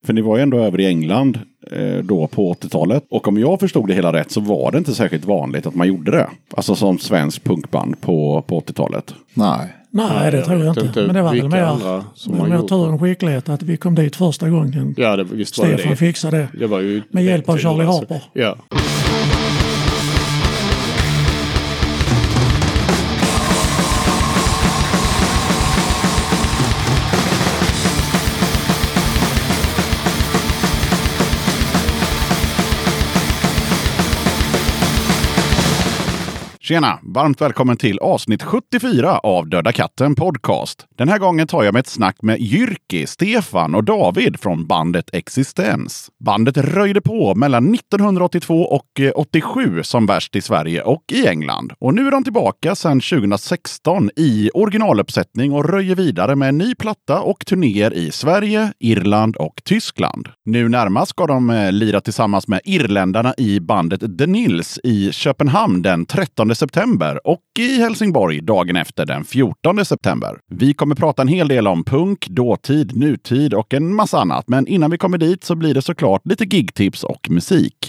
För ni var ju ändå över i England då på 80-talet. Och om jag förstod det hela rätt så var det inte särskilt vanligt att man gjorde det. Alltså som svensk punkband på 80-talet. Nej, det tror jag inte. Men det var väl mer tur än skicklighet att vi kom dit första gången. Ja, visst var Stefan fixade det. Det var ju med hjälp av Charlie Harper. Ja. Tjena, varmt välkommen till avsnitt 74 av Döda katten podcast. Den här gången tar jag med ett snack med Jyrki, Stefan och David från bandet Existens. Bandet röjde på mellan 1982 och 87 som värst i Sverige och i England. Och nu är de tillbaka sedan 2016 i originaluppsättning och röjer vidare med en ny platta och turnéer i Sverige, Irland och Tyskland. Nu närmast ska de lira tillsammans med irländarna i bandet The Nils i Köpenhamn den 13 september och i Helsingborg dagen efter den 14 september. Vi kommer prata en hel del om punk, dåtid, nutid och en massa annat. Men innan vi kommer dit så blir det såklart lite gigtips och musik.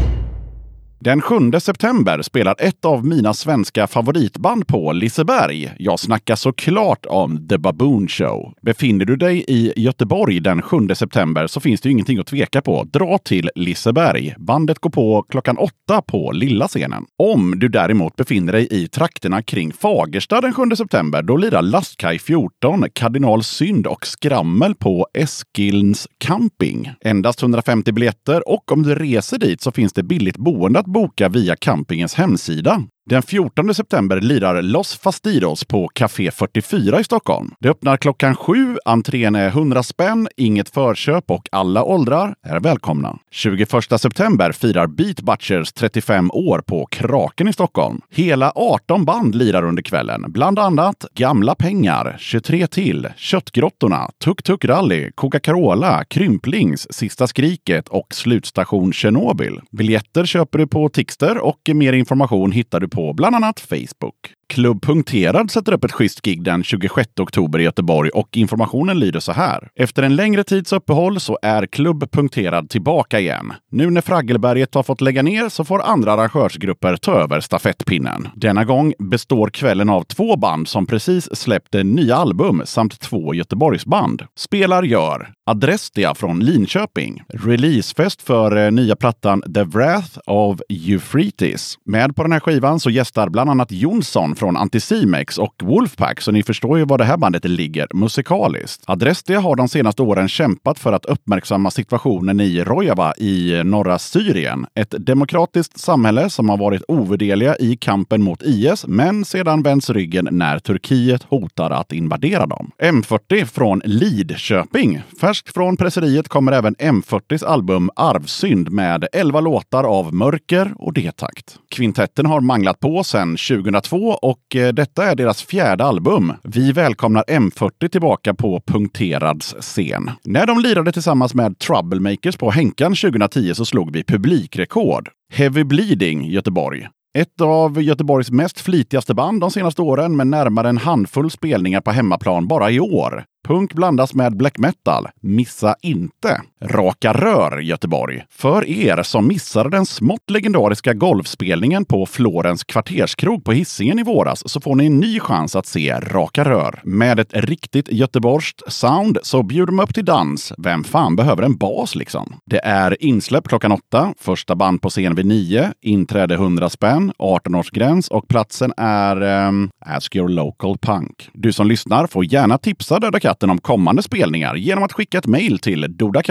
Den 7 september spelar ett av mina svenska favoritband på Liseberg. Jag snackar såklart om The Baboon Show. Befinner du dig i Göteborg den 7 september så finns det ju ingenting att tveka på. Dra till Liseberg. Bandet går på klockan 8 på lilla scenen. Om du däremot befinner dig i trakterna kring Fagersta den 7 september, då lirar Lastkaj 14, Kardinal Synd och Skrammel på Eskilns camping. Endast 150 biljetter och om du reser dit så finns det billigt boende att boka via campingens hemsida. Den 14 september lirar Los Fastidos på Café 44 i Stockholm. Det öppnar klockan 7, entrén är 100 spänn, inget förköp och alla åldrar är välkomna. 21 september firar Beat Butchers 35 år på Kraken i Stockholm. Hela 18 band lirar under kvällen, bland annat Gamla Pengar, 23 till, Köttgrottorna, Tuk Tuk Rally, Coca-Cola, Krymplings, Sista Skriket och Slutstation Chernobyl. Biljetter köper du på Tixter och mer information hittar du på bland annat Facebook. Klubb Punkterad sätter upp ett schysst gig den 26 oktober i Göteborg och informationen lyder så här. Efter en längre tids uppehåll så är Klubb Punkterad tillbaka igen. Nu när Fraggelberget har fått lägga ner så får andra arrangörsgrupper ta över stafettpinnen. Denna gång består kvällen av 2 band som precis släppte nya album samt 2 Göteborgsband. Spelar gör Adrestia från Linköping. Releasefest för nya plattan The Wrath of Euphrates. Med på den här skivan så gästar bland annat Jonsson från Anticimex och Wolfpack, så ni förstår ju vad det här bandet ligger musikaliskt. Adrestia har de senaste åren kämpat för att uppmärksamma situationen i Rojava i norra Syrien. Ett demokratiskt samhälle som har varit ovärderliga i kampen mot IS, men sedan vänds ryggen när Turkiet hotar att invadera dem. M40 från Lidköping. Färskt från presseriet kommer även M40s album Arvsynd med 11 låtar av mörker och detakt. Kvintetten har manglat på sedan 2002 och detta är deras 4:e album. Vi välkomnar M40 tillbaka på Punkterads scen. När de lirade tillsammans med Troublemakers på Henkan 2010 så slog vi publikrekord. Heavy Bleeding, Göteborg. Ett av Göteborgs mest flitigaste band de senaste åren med närmare en handfull spelningar på hemmaplan bara i år. Punk blandas med black metal. Missa inte. Raka rör, Göteborg. För er som missade den smått legendariska golfspelningen på Florens kvarterskrog på Hisingen i våras så får ni en ny chans att se Raka rör. Med ett riktigt göteborgskt sound så bjuder de upp till dans. Vem fan behöver en bas liksom? Det är insläpp klockan 8, första band på scen vid 9, inträde 100 spänn, 18-årsgräns och platsen är Ask Your Local Punk. Du som lyssnar får gärna tipsa Döda katten om kommande spelningar genom att skicka ett mejl till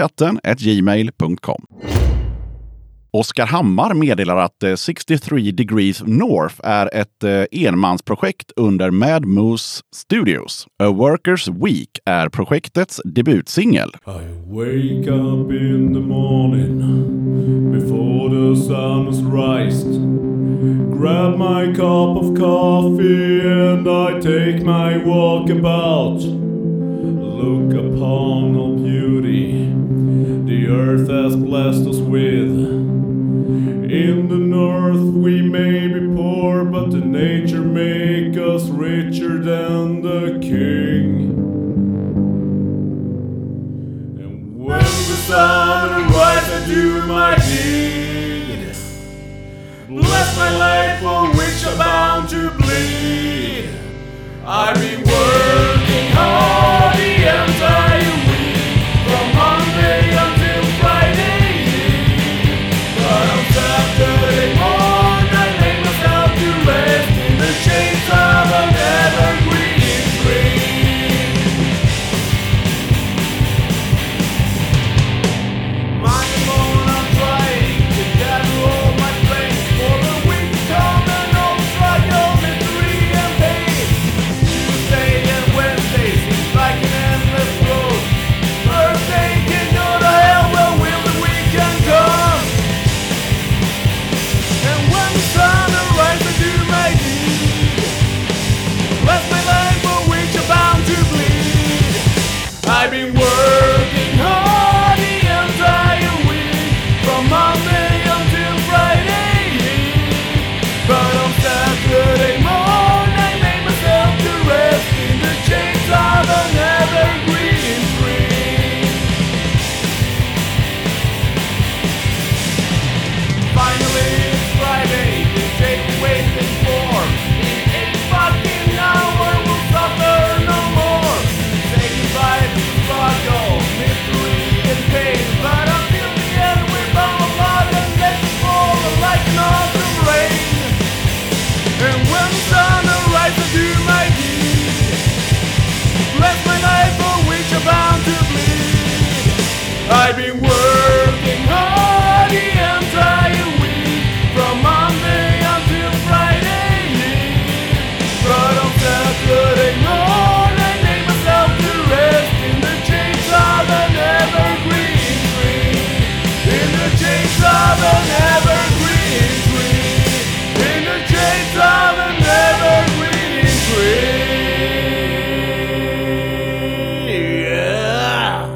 dodakatten@gmail.com. Oskar Hammar meddelar att 63 Degrees North är ett enmansprojekt under Mad Moose Studios. A Workers Week är projektets debutsingel. I wake up in the morning before the sun has rised. Grab my cup of coffee and I take my walkabout. Look upon all beauty the earth has blessed us with. In the north we may be poor, but the nature make us richer than the king. And when the sun rise I do my deed. Bless my life for which I'm bound to bleed. I've been working hard the entire week, from Monday until Friday eve. But on Saturday morning I lay myself to rest in the shades of an evergreen tree. Monday morning I'm trying to gather all my strength for the week to come and all struggle, misery and pain. Tuesday and Wednesday seems like an endless road. Thursday can go to hell, well will the weekend come? And when the sun arises I do my deed. Bless my life for which I'm bound to bleed. I've been working hard the entire week, from Monday until Friday eve. But on Saturday morning I made myself to rest in the shades of an evergreen tree. Finally it's Friday, the day we waited for. In 8 fucking hours we'll suffer no more. Say goodbye to struggle, misery and pain. But until the end we're bound apart and let it fall like an awesome rain. And when the sun arises I do my deed. Bless my life for which I'm bound to bleed. I've been working hard the entire week, from Monday until Friday eve. But on Saturday morning I made myself to rest in the shades of an evergreen tree. In the shades of an evergreen tree. In the shades of an evergreen tree. Yeah.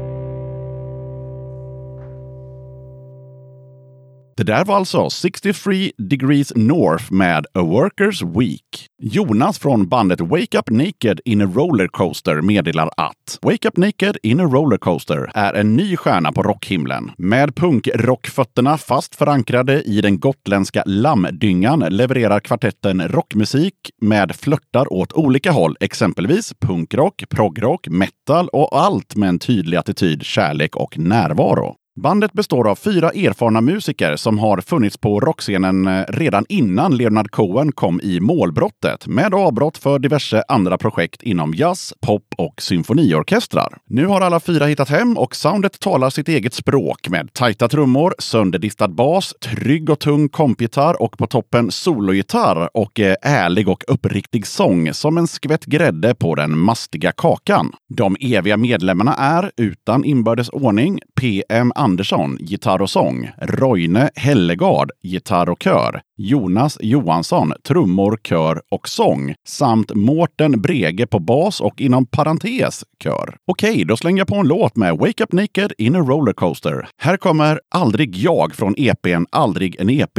Det där var alltså 63 Degrees North med A Workers Week. Jonas från bandet Wake Up Naked in a Rollercoaster meddelar att Wake Up Naked in a Rollercoaster är en ny stjärna på rockhimlen. Med punkrockfötterna fast förankrade i den gotländska lammdyngan levererar kvartetten rockmusik med flörtar åt olika håll, exempelvis punkrock, progrock, metal och allt med en tydlig attityd, kärlek och närvaro. Bandet består av 4 erfarna musiker som har funnits på rockscenen redan innan Leonard Cohen kom i målbrottet, med avbrott för diverse andra projekt inom jazz, pop och symfoniorkestrar. Nu har alla 4 hittat hem och soundet talar sitt eget språk med tajta trummor, sönderdistad bas, trygg och tung kompgitarr och på toppen sologitarr och ärlig och uppriktig sång som en skvätt grädde på den mastiga kakan. De eviga medlemmarna är, utan inbördes ordning, PM Andersson, gitarr och sång, Roine Hellegard, gitarr och kör, Jonas Johansson, trummor, kör och sång, samt Mårten Brege på bas och inom parentes kör. Okej, då slänger jag på en låt med Wake Up Naked in a Rollercoaster. Här kommer Aldrig jag från EP:n Aldrig en EP.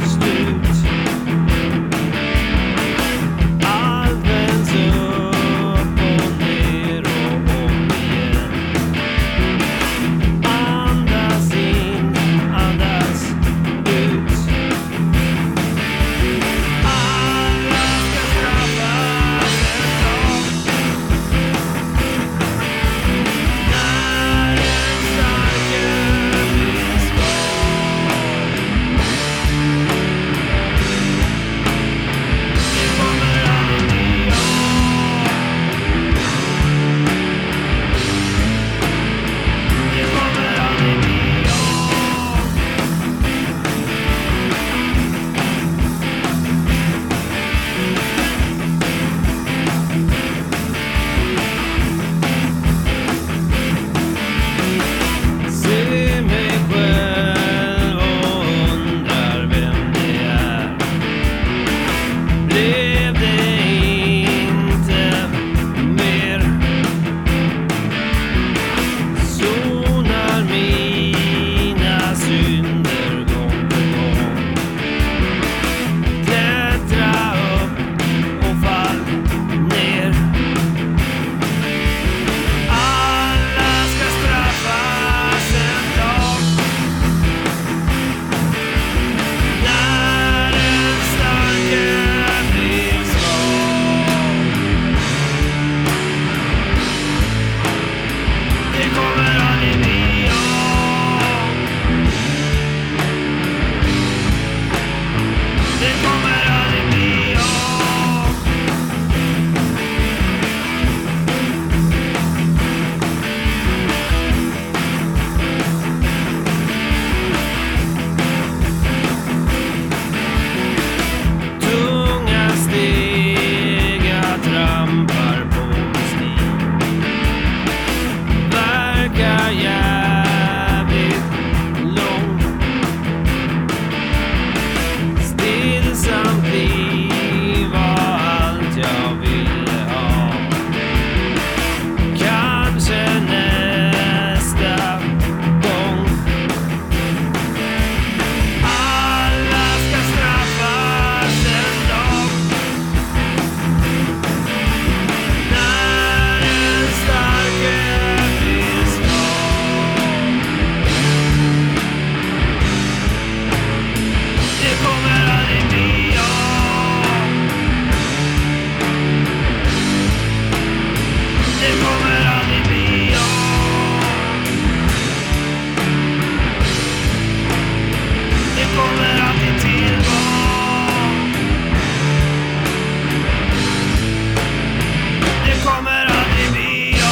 Allt vänds upp blev det inte mer. Sonar mina synder gång på gång. Klättra upp och fall ner. Alla ska straffas en dag. När den starke blir svag. Det kommer aldrig bli jag. Det kommer aldrig bli jag. Tunga steg jag trampar på min stig. Verkar jävligt lång. Stillsamt liv var allt jag ville ha. Kanske nästa gång. Alla ska straffas en dag. När den starke blir svag. Det kommer aldrig bli jag. Det kommer aldrig bli jag. Det kommer alltid tillbaka. Det kommer aldrig bli jag.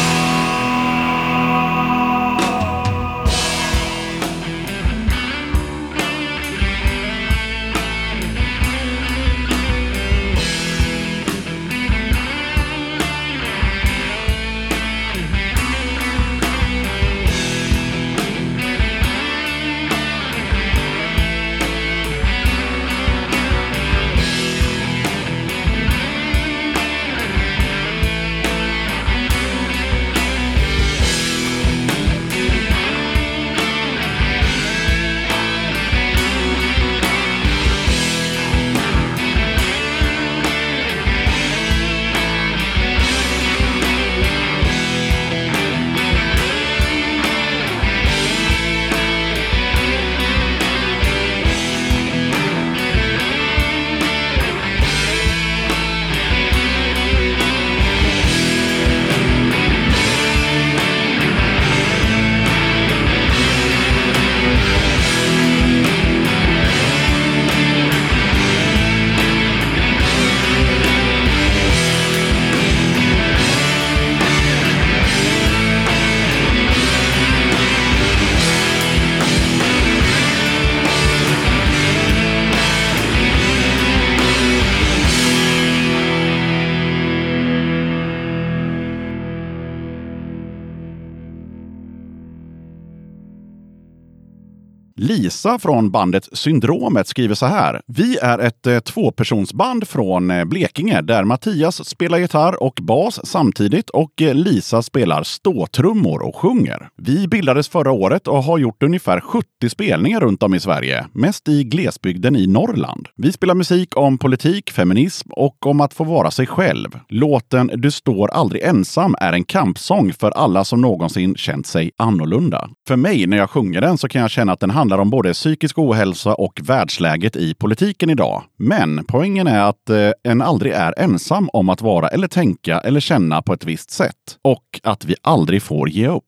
Lisa från bandet Syndromet skriver så här. Vi är ett tvåpersonsband från Blekinge där Mattias spelar gitarr och bas samtidigt och Lisa spelar ståtrummor och sjunger. Vi bildades förra året och har gjort ungefär 70 spelningar runt om i Sverige, mest i glesbygden i Norrland. Vi spelar musik om politik, feminism och om att få vara sig själv. Låten Du står aldrig ensam är en kampsång för alla som någonsin känt sig annorlunda. För mig när jag sjunger den så kan jag känna att den handlar om både psykisk ohälsa och världsläget i politiken idag. Men poängen är att en aldrig är ensam om att vara eller tänka eller känna på ett visst sätt. Och att vi aldrig får ge upp.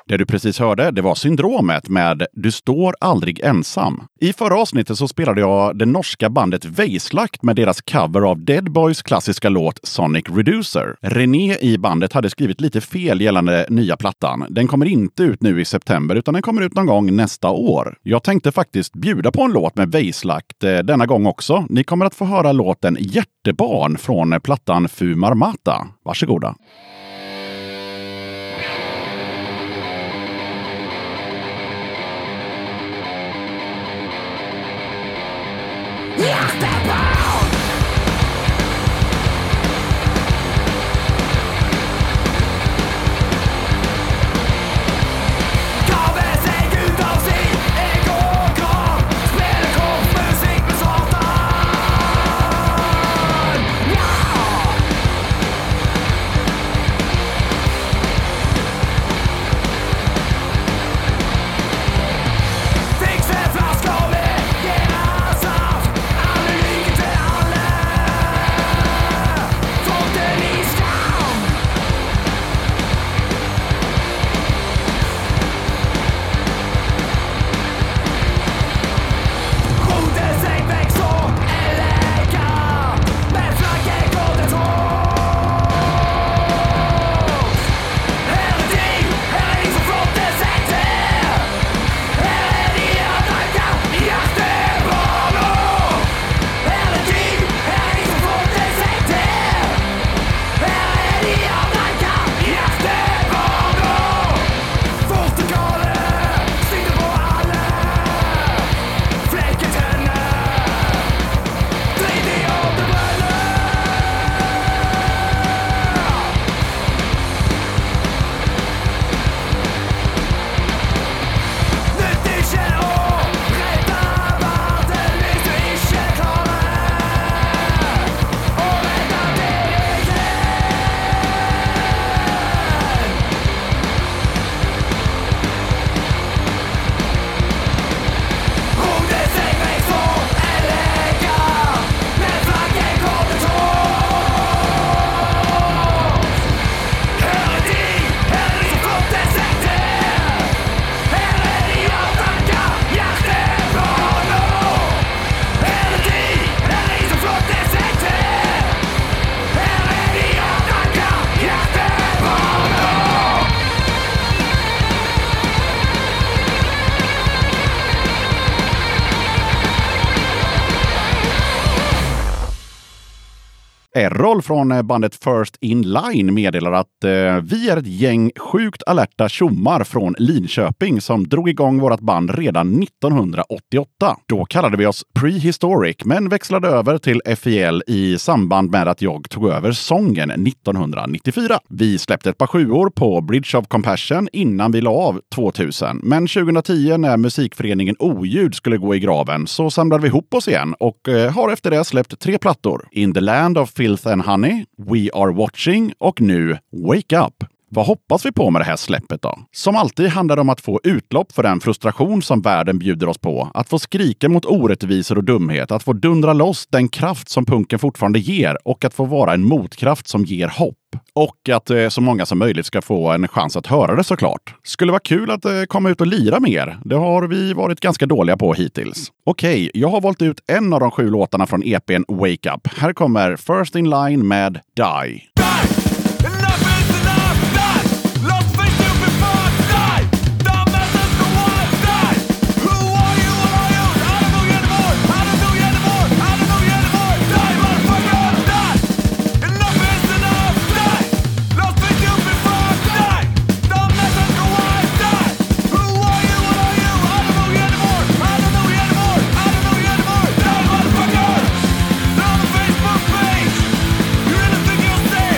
Det du precis hörde, det var Syndromet med Du står aldrig ensam. I förra avsnittet så spelade jag det norska bandet Vejslakt med deras cover av Dead Boys klassiska låt Sonic Reducer. René i bandet hade skrivit lite fel gällande nya plattan. Den kommer inte ut nu i september utan den kommer ut någon gång nästa år. Jag tänkte faktiskt bjuda på en låt med Vejslakt denna gång också. Ni kommer att få höra låten Hjärtebarn från plattan Fumar Mata. Varsågoda. Errol från bandet First In Line meddelar att vi är ett gäng sjukt alerta tjommar från Linköping som drog igång vårt band redan 1988. Då kallade vi oss Prehistoric men växlade över till FIL i samband med att jag tog över sången 1994. Vi släppte ett par 7-år på Bridge of Compassion innan vi la av 2000. Men 2010 när musikföreningen Oljud skulle gå i graven så samlade vi ihop oss igen och har efter det släppt 3 plattor. In the Land of Filth and Honey, We Are Watching och nu Wake Up. Vad hoppas vi på med det här släppet då? Som alltid handlar det om att få utlopp för den frustration som världen bjuder oss på. Att få skrika mot orättvisor och dumhet. Att få dundra loss den kraft som punken fortfarande ger. Och att få vara en motkraft som ger hopp. Och att så många som möjligt ska få en chans att höra det såklart. Skulle vara kul att komma ut och lira mer. Det har vi varit ganska dåliga på hittills. Okej, jag har valt ut en av de 7 låtarna från EP:n Wake Up. Här kommer First In Line med Die. Facebook page, you really think you'll stay?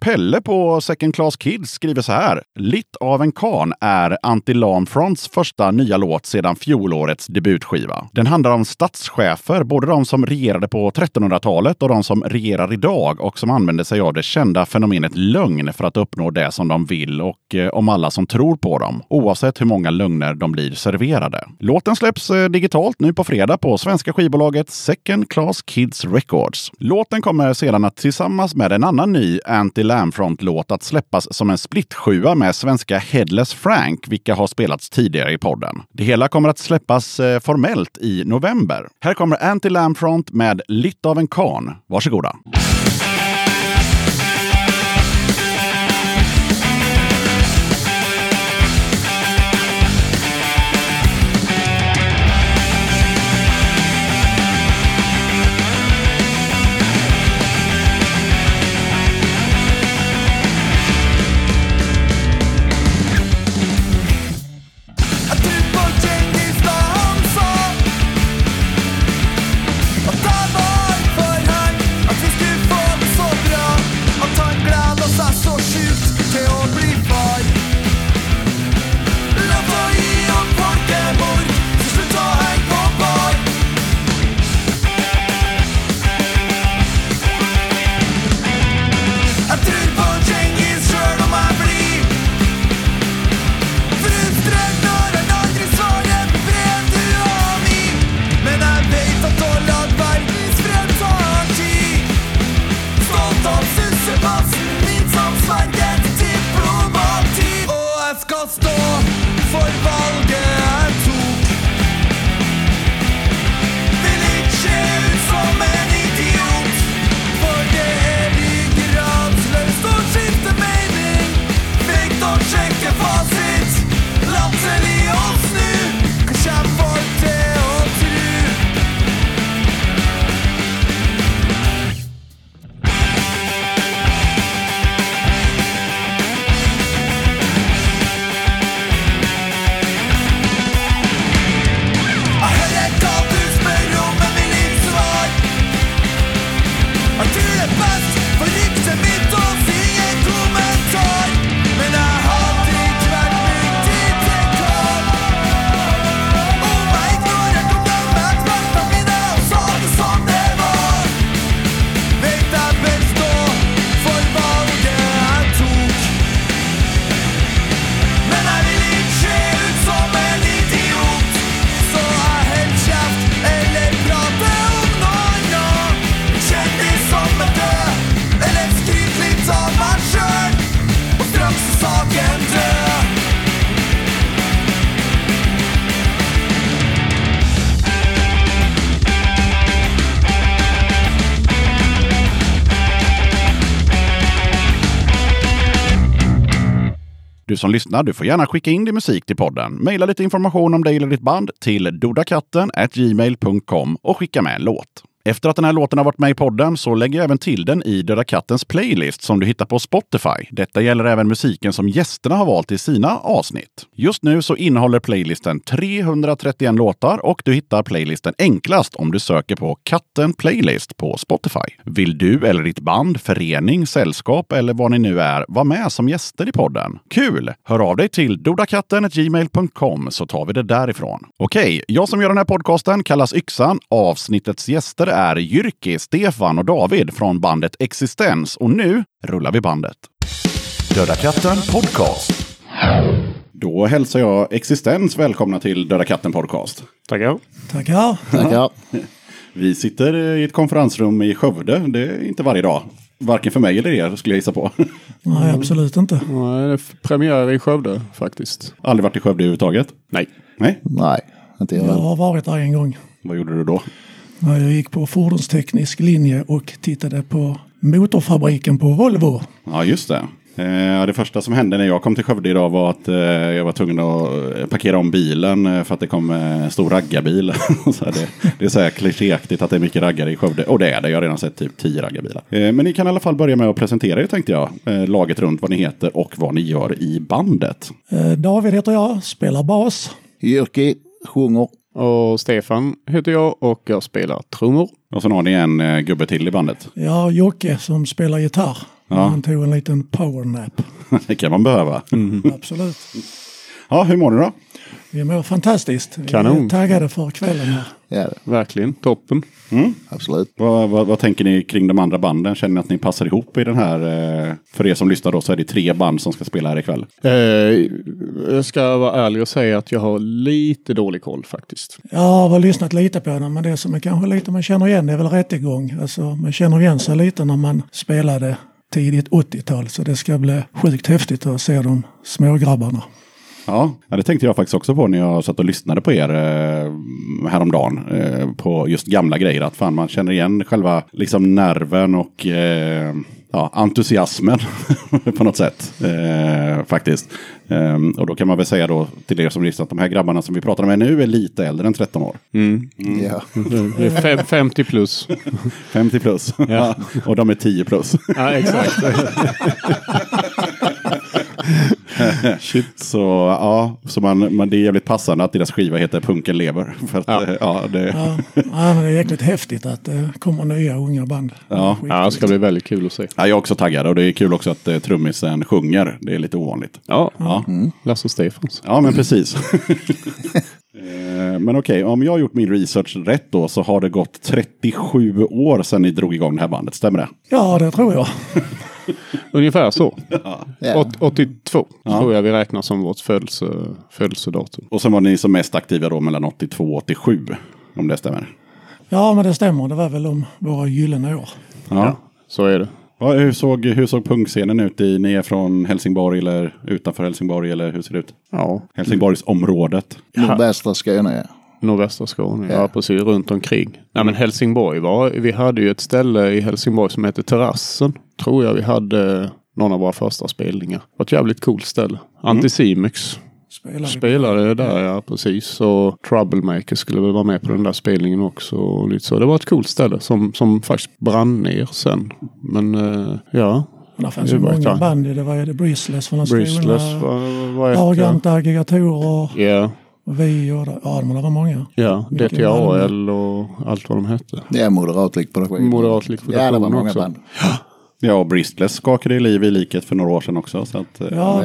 Pelle på Second Class Kids skriver så här. Lit av en kan är Anti-Lam Fronts första nya låt sedan fjolårets debutskiva. Den handlar om statschefer, både de som regerade på 1300-talet och de som regerar idag och som använder sig av det kända fenomenet lögn för att uppnå det som de vill och om alla som tror på dem, oavsett hur många lögner de blir serverade. Låten släpps digitalt nu på fredag på svenska skivbolaget Second Class Kids Records. Låten kommer sedan att tillsammans med en annan ny Anti-Lam Front-låt att släppas som en split-sjua med svenska Headless Frank, vilka har spelats tidigare i podden. Det hela kommer att släppas formellt i november. Här kommer Anti-Lam Front med Lit av en kan. Varsågoda. Du som lyssnar, du får gärna skicka in din musik till podden. Maila lite information om dig eller ditt band till dodakatten@gmail.com och skicka med en låt. Efter att den här låten har varit med i podden så lägger jag även till den i Döda Kattens playlist som du hittar på Spotify. Detta gäller även musiken som gästerna har valt i sina avsnitt. Just nu så innehåller playlisten 331 låtar och du hittar playlisten enklast om du söker på Katten Playlist på Spotify. Vill du eller ditt band, förening, sällskap eller vad ni nu är vara med som gäster i podden? Kul! Hör av dig till dodakatten@gmail.com så tar vi det därifrån. Okej, jag som gör den här podcasten kallas Yxan. Avsnittets gäster är Jyrki, Stefan och David från bandet Existens. Och nu rullar vi bandet. Döda Katten Podcast. Då hälsar jag Existens välkomna till Döda Katten Podcast. Tackar. Tackar. Tackar. Vi sitter i ett konferensrum i Skövde. Det är inte varje dag. Varken för mig eller er skulle jag gissa på. Nej, absolut inte. Nej, det är premiär i Skövde faktiskt. Aldrig varit i Skövde överhuvudtaget? Nej. Nej? Nej, inte jag. Jag har varit där en gång. Vad gjorde du då? Jag gick på fordonsteknisk linje och tittade på motorfabriken på Volvo. Ja, just det. Det första som hände när jag kom till Skövde idag var att jag var tvungen att parkera om bilen för att det kom en stor raggarbil. Det är så här klichéaktigt att det är mycket raggare i Skövde. Och det är det, jag har redan sett typ 10 raggarbilar. Men ni kan i alla fall börja med att presentera er, tänkte jag. Laget runt, vad ni heter och vad ni gör i bandet. David heter jag, spelar bas. Jyrki sjunger. Och Stefan heter jag och jag spelar trummor. Och så har ni en gubbe till i bandet. Ja, Jocke som spelar gitarr. Han tog en liten powernap. Det kan man behöva. Absolut. Ja, hur mår du då? Vi mår fantastiskt. Vi Kanon. är taggade för kvällen här. Ja, Verkligen, toppen. absolut. Vad tänker ni kring de andra banden? Känner ni att ni passar ihop i den här? För er som lyssnar då så är det 3 band som ska spela här ikväll. Jag ska vara ärlig och säga att jag har lite dålig koll faktiskt. Jag har väl lyssnat lite på den, men det som är kanske lite man känner igen det är väl Rättegång. Alltså, man känner igen sig lite när man spelade tidigt 80-tal, så det ska bli sjukt häftigt att se de smågrabbarna. Ja, det tänkte jag faktiskt också på när jag satt och lyssnade på er häromdagen. På just gamla grejer. Att fan, man känner igen själva liksom nerven och entusiasmen på något sätt. Faktiskt. Och då kan man väl säga då till er som lyssnar att de här grabbarna som vi pratar med nu är lite äldre än 13 år. Ja. Det är 50 plus. 50 plus. Ja. Och de är 10 plus. Ja, exakt. Shit. Så det är jävligt passande att deras skiva heter Punken lever. För att, men det är jäkligt häftigt att det kommer nya unga band. Ja, det ska bli väldigt kul att se. Ja, jag är också taggad och det är kul också att trummisen sjunger. Det är lite ovanligt. Ja. Lasse Stefans. Ja, men precis. Men okej, om jag har gjort min research rätt då så har det gått 37 år sedan ni drog igång det här bandet. Stämmer det? Ja, det tror jag. Ungefär så. Ja. 82 tror jag vi räknar som vårt födelsedatum. Och sen var ni som mest aktiva då mellan 82 och 87, om det stämmer. Ja, men det stämmer. Det var väl om våra gyllene år. Ja, så är det. Ja, hur såg punkscenen ut? Ni är från Helsingborg eller utanför Helsingborg eller hur ser det ut? Ja. Helsingborgsområdet. Nordvästra Skåne, ja. Nordvästra Skåne, ja precis, runt omkring. Nej, men Helsingborg vi hade ju ett ställe i Helsingborg som heter Terrassen. Tror jag vi hade någon av våra första spelningar. Det var ett jävligt coolt ställe. Anticimex spelade där, ja precis. Och Troublemaker skulle väl vara med på den där spelningen också. Och lite så. Det var ett coolt ställe som faktiskt brann ner sen. Men ja. Det fanns ju många band. Det var ju Bristless från Bristless var ett. Arroganta aggregatorer. Ja. Och vi och det var många. Ja, DTAL och allt vad de hette. Det är moderat likvidation. Ja, det var många band. Ja, och Bristless skakade i liv i liket för några år sedan också. Så att,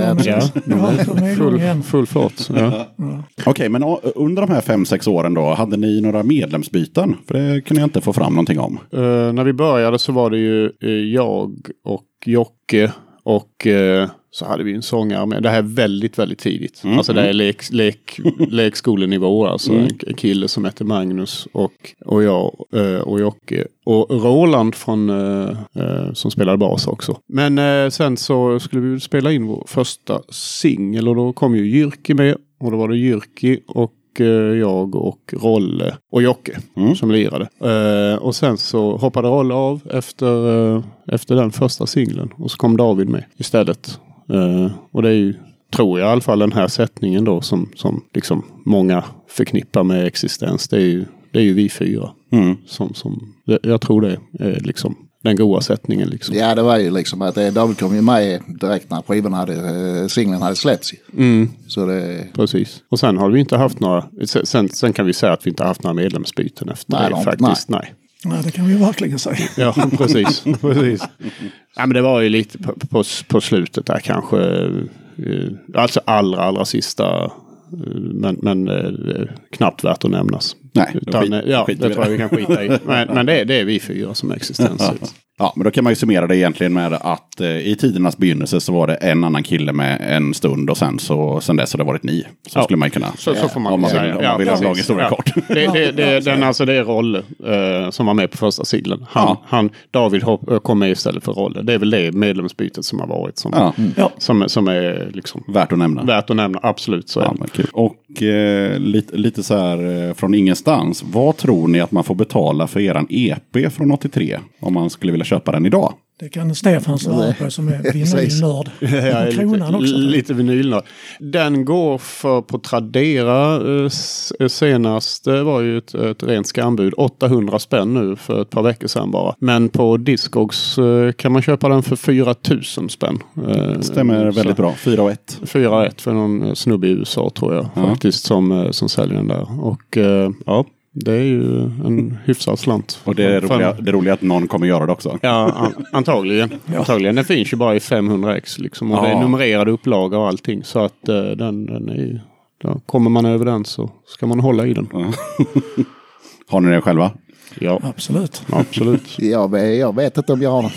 full fart. Ja. Okej, men under de här 5-6 åren då, hade ni några medlemsbyten? För det kunde jag inte få fram någonting om. När vi började så var det ju jag och Jocke och så hade vi en sångare med. Det här är väldigt, väldigt tidigt. Alltså det är lekskolenivå. Alltså en kille som heter Magnus och jag och Jocke. Och Roland som spelade bas också. Men sen så skulle vi spela in vår första singel och då kom ju Jyrki med. Och då var det Jyrki och jag och Rolle och Jocke som lirade. Och sen så hoppade Rolle av efter den första singeln. Och så kom David med istället. Och det är ju, tror jag i alla fall, den här sättningen då som liksom många förknippar med existens. Det är ju vi 4. Jag tror det är liksom den goda sättningen liksom. Ja, det var ju liksom att David kom ju med direkt när singeln hade släppts. Så det... Precis. Och sen har vi inte haft några, sen kan vi säga att vi inte har haft några medlemsbyten efter det faktiskt. Nej. Nej, det kan vi verkligen säga. Ja, precis. Ja, men det var ju lite på slutet där kanske. Alltså allra sista. Men knappt värt att nämnas. Nej, det tror jag vi kan skita i. Men det är vi 4 som existens. Ja, men då kan man ju summera det egentligen med att i tidernas begynnelse så var det en annan kille med en stund och sen dess har det varit ni. Så skulle man kunna så får man säga. Om man vill ha en historia kort. Det är Rolle som var med på första singeln. David kom med istället för Rolle. Det är väl det medlemsbytet som har varit som är liksom värt att nämna. Absolut, så är det. Och lite så här från ingenstans. Vad tror ni att man får betala för eran EP från 83 om man skulle vilja köpa den idag? Det kan Stefan svara på som är vinylnörd. Lite vinylnörd. Den går på Tradera senast. Det var ju ett rent skambud. 800 spänn nu för ett par veckor sedan bara. Men på Discogs kan man köpa den för 4000 spänn. Stämmer väldigt bra. 4,1. 4,1 för någon snubbe i USA tror jag faktiskt som säljer den där. Och Det är ju en hyfsad slant. Och det är roliga att någon kommer göra det också. Ja, antagligen. Antagligen. Den finns ju bara i 500x liksom. Och det är numrerade upplaga och allting. Så att den är ju... Då kommer man över den så ska man hålla i den. Har ni det själva? Ja. Absolut. Jag vet inte om jag har den.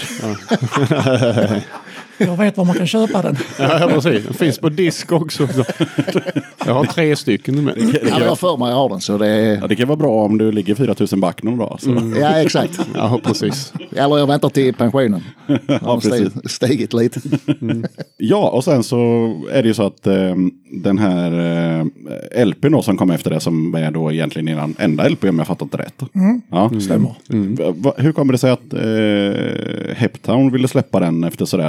Jag vet var man kan köpa den. Ja, precis. Den finns på disk också. Jag har 3 stycken med. Jag har för mig jag har den. Så det... Ja, det kan vara bra om du ligger 4000 back någon dag. Så. Ja, exakt. Ja, precis. Eller jag väntar till pensionen. Ja, precis. Stigit lite. Ja, och sen så är det ju så att den här LPn då som kom efter det, som är då egentligen eran enda LP om jag fattat det rätt. Ja. Stämmer. Hur kommer det sig att Heptown ville släppa den efter sådär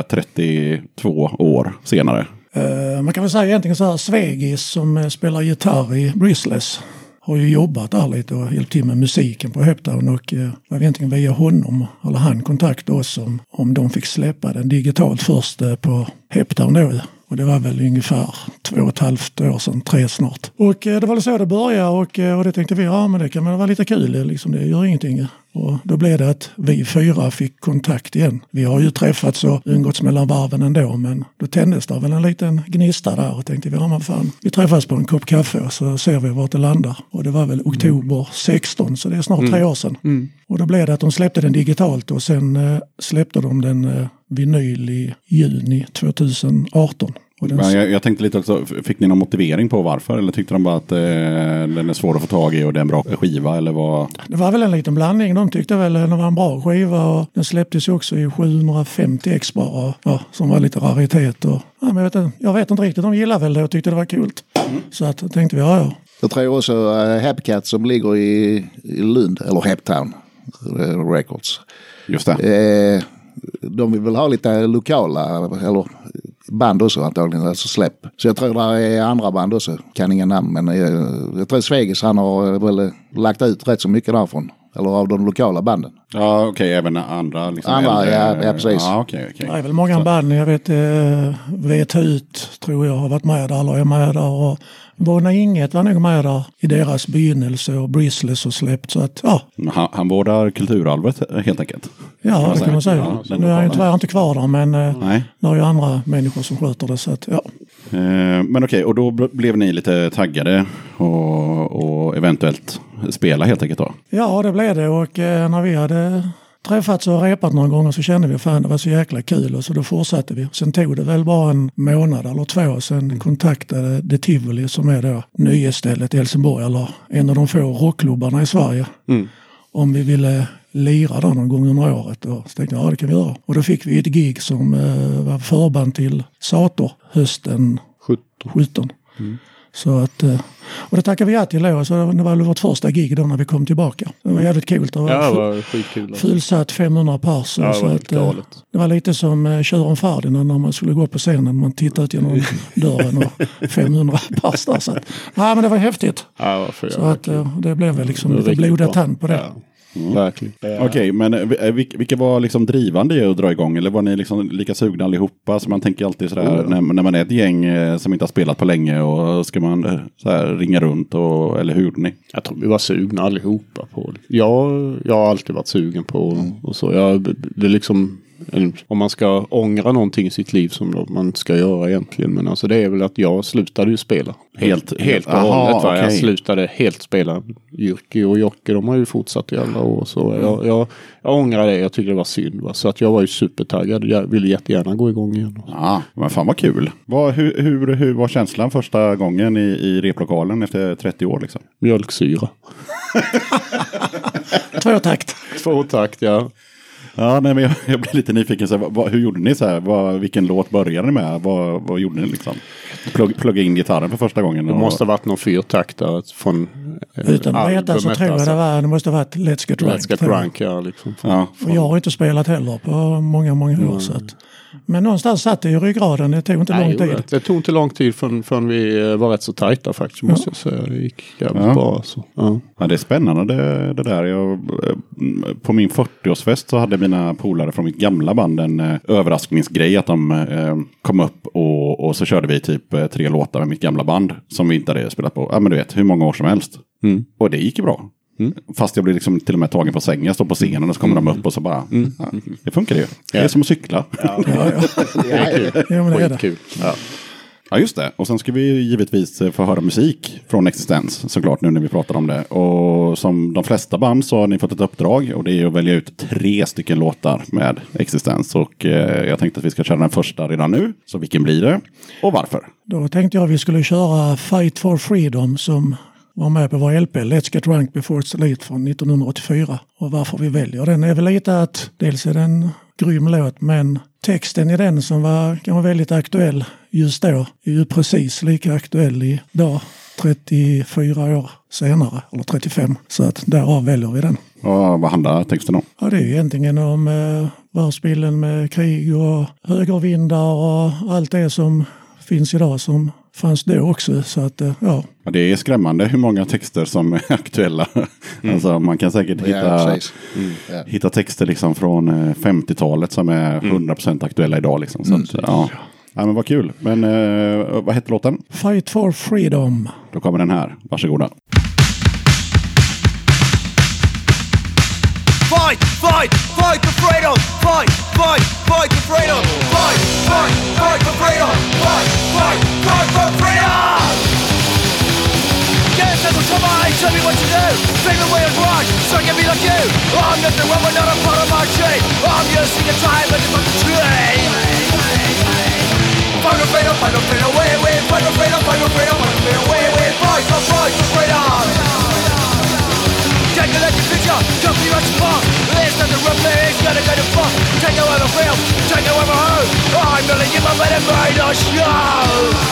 32 år senare? Man kan väl säga egentligen så här, Svegis som spelar gitarr i Bristless har ju jobbat där lite och hjälpt till med musiken på Heptown, och var egentligen via honom, eller han kontaktade oss om de fick släppa den digitalt först på Heptown då. Och det var väl ungefär 2,5 år sedan, 3 snart. Och det var så det började, och det tänkte vi, ja men det kan väl vara lite kul, liksom, det gör ingenting. Och då blev det att vi 4 fick kontakt igen. Vi har ju träffats och umgåtts mellan varven ändå, men då tändes det väl en liten gnista där och tänkte vi, ja men fan, vi träffas på en kopp kaffe och så ser vi vart det landar. Och det var väl oktober 16, så det är snart 3 år sedan. Och då blev det att de släppte den digitalt och sen släppte de den vinyl i juni 2018. Men jag tänkte lite också, fick ni någon motivering på varför? Eller tyckte de bara att den är svår att få tag i och det är en bra skiva? Eller vad? Det var väl en liten blandning. De tyckte väl att det var en bra skiva, och den släpptes ju också i 750 ex bara, som var lite raritet. Och, men jag vet inte riktigt, de gillade väl det och tyckte det var kul. Så att tänkte vi, ja. Jag tror också Hepcat som ligger i Lund, eller Heptown Records. Just det. De vill väl ha lite lokala, eller band också antagligen, alltså släpp. Så jag tror det är andra band också, kan inga namn, men jag tror Svegis, han har väl lagt ut rätt så mycket därifrån. Eller av de lokala banden. Ja, okej, även andra. Liksom andra, ja, precis. Ja, okej. Det är väl många band, jag vet, Vet ut tror jag har varit med där, eller är med där, och Våna Inget var nog med där i deras begynnelse, och Bristless och släppt, så att, ja. Han vårdar kulturarvet helt enkelt. Ja, det kan man säga. Ja, nu är jag tyvärr inte kvar där, men nej. det är ju andra människor som sköter det, så att, ja. Men okej, och då blev ni lite taggade och eventuellt spela helt enkelt då? Ja, det blev det, och när vi hade träffats och repat några gånger så kände vi, fan det var så jäkla kul, och så då fortsatte vi. Sen tog det väl bara en månad eller 2, och sen kontaktade The Tivoli, som är då nöjesstället i Helsingborg, eller en av de få rockklubbarna i Sverige, om vi ville lira där någon gång under året. Och så tänkte jag, ja det kan vi göra. Och då fick vi ett gig som var förband till Sator hösten 17. Så att, och det tackade vi ja till då, så det var vårt första gig då när vi kom tillbaka. Det var jävligt kul. Det var skitkul. Fullsatt 500 pers. Ja, så att, det var lite som Kören Ferdinand när man skulle gå upp på scenen. Man tittade ut genom dörren och 500 pers där. Så att, men det var häftigt. Ja, så att, det blev väl liksom lite blodad tand på det. Ja. Verkligen. Okej, men vilka var liksom drivande i att dra igång? Eller var ni liksom lika sugna allihopa? Så man tänker alltid sådär, när man är ett gäng som inte har spelat på länge, och ska man sådär ringa runt, eller hur gjorde ni? Jag tror vi var sugna allihopa på det. Jag har alltid varit sugen på och så. Det är liksom, om man ska ångra någonting i sitt liv som man ska göra egentligen, men alltså det är väl att jag slutade ju spela. Helt och hållet. Okay. Jag slutade helt spela. Jyrki och Jocke, de har ju fortsatt i alla år. Så jag ångrar det. Jag tycker det var synd. Så att jag var ju supertaggad. Jag ville jättegärna gå igång igen. Ja, men fan vad kul. Hur var känslan första gången i replokalen efter 30 år liksom? Mjölksyra. 2 takt, ja. Ja, nej, men jag blir lite nyfiken. Hur gjorde ni så här? Vilken låt började ni med? Vad gjorde ni liksom? Plugga in gitarren för första gången? Det måste ha varit någon 4-taktare från utan att veta så tror jag det måste ha varit Let's Get Drunk. Let's Get Drunk, ja. Liksom. Och jag har inte spelat heller på många år. Så att, men någonstans satt det i ryggraden. Det tog inte lång tid. Det tog inte lång tid förrän vi var rätt så tajta faktiskt. Måste jag säga. Det gick jävligt bra. Så. Ja, det är spännande det där. På min 40-årsfest så hade mina polare från mitt gamla band en överraskningsgrej att de kom upp och så körde vi typ 3 låtar med mitt gamla band som vi inte hade spelat på, men du vet, hur många år som helst. Och det gick ju bra. Fast jag blir liksom till och med tagen på sängen. Jag står på scenen och så kommer de upp och så bara, det funkar ju. Det är som att cykla. Ja, men det är det. Kul. Ja, just det. Och sen ska vi givetvis få höra musik från Existens, såklart, nu när vi pratar om det. Och som de flesta band så har ni fått ett uppdrag, och det är att välja ut 3 stycken låtar med Existens. Och jag tänkte att vi ska köra den första redan nu. Så vilken blir det? Och varför? Då tänkte jag att vi skulle köra Fight for Freedom som var med på vår LP Let's Get Drunk Before It's Late från 1984. Och varför vi väljer den är väl lite att dels är den grym låt, men texten i den som kan vara väldigt aktuell just då är ju precis lika aktuell idag, 34 år senare, eller 35. Så att därav väljer vi den. Och vad handlar texten om? Ja, det är ju egentligen om världsbilden med krig och högervindar och allt det som finns idag som fanns då också. Så att, ja. Ja, det är skrämmande hur många texter som är aktuella. Alltså, man kan säkert hitta texter liksom från 50-talet som är 100% aktuella idag. Liksom. Så att, ja, men vad kul. Men vad heter låten? Fight for Freedom. Då kommer den här. Varsågoda. Fight, fight, fight for freedom. Fight, fight, fight for freedom. Fight, fight, fight for freedom. Fight, fight, fight for freedom. Get to the command, tell me what to do. Take the way of right, so I can be like you. I'm not the woman, not a part of my chain. I'm just singing time at the fucking train. Fight for freedom, fight for freedom, way, way. Fight for freedom, fight for freedom, fight for freedom, way, way. Fight for freedom. Take a look at the picture, come be right apart. There's nothing wrong there, it's gonna go to fuck. Take over film, take over home. I'm gonna give my better mind a show.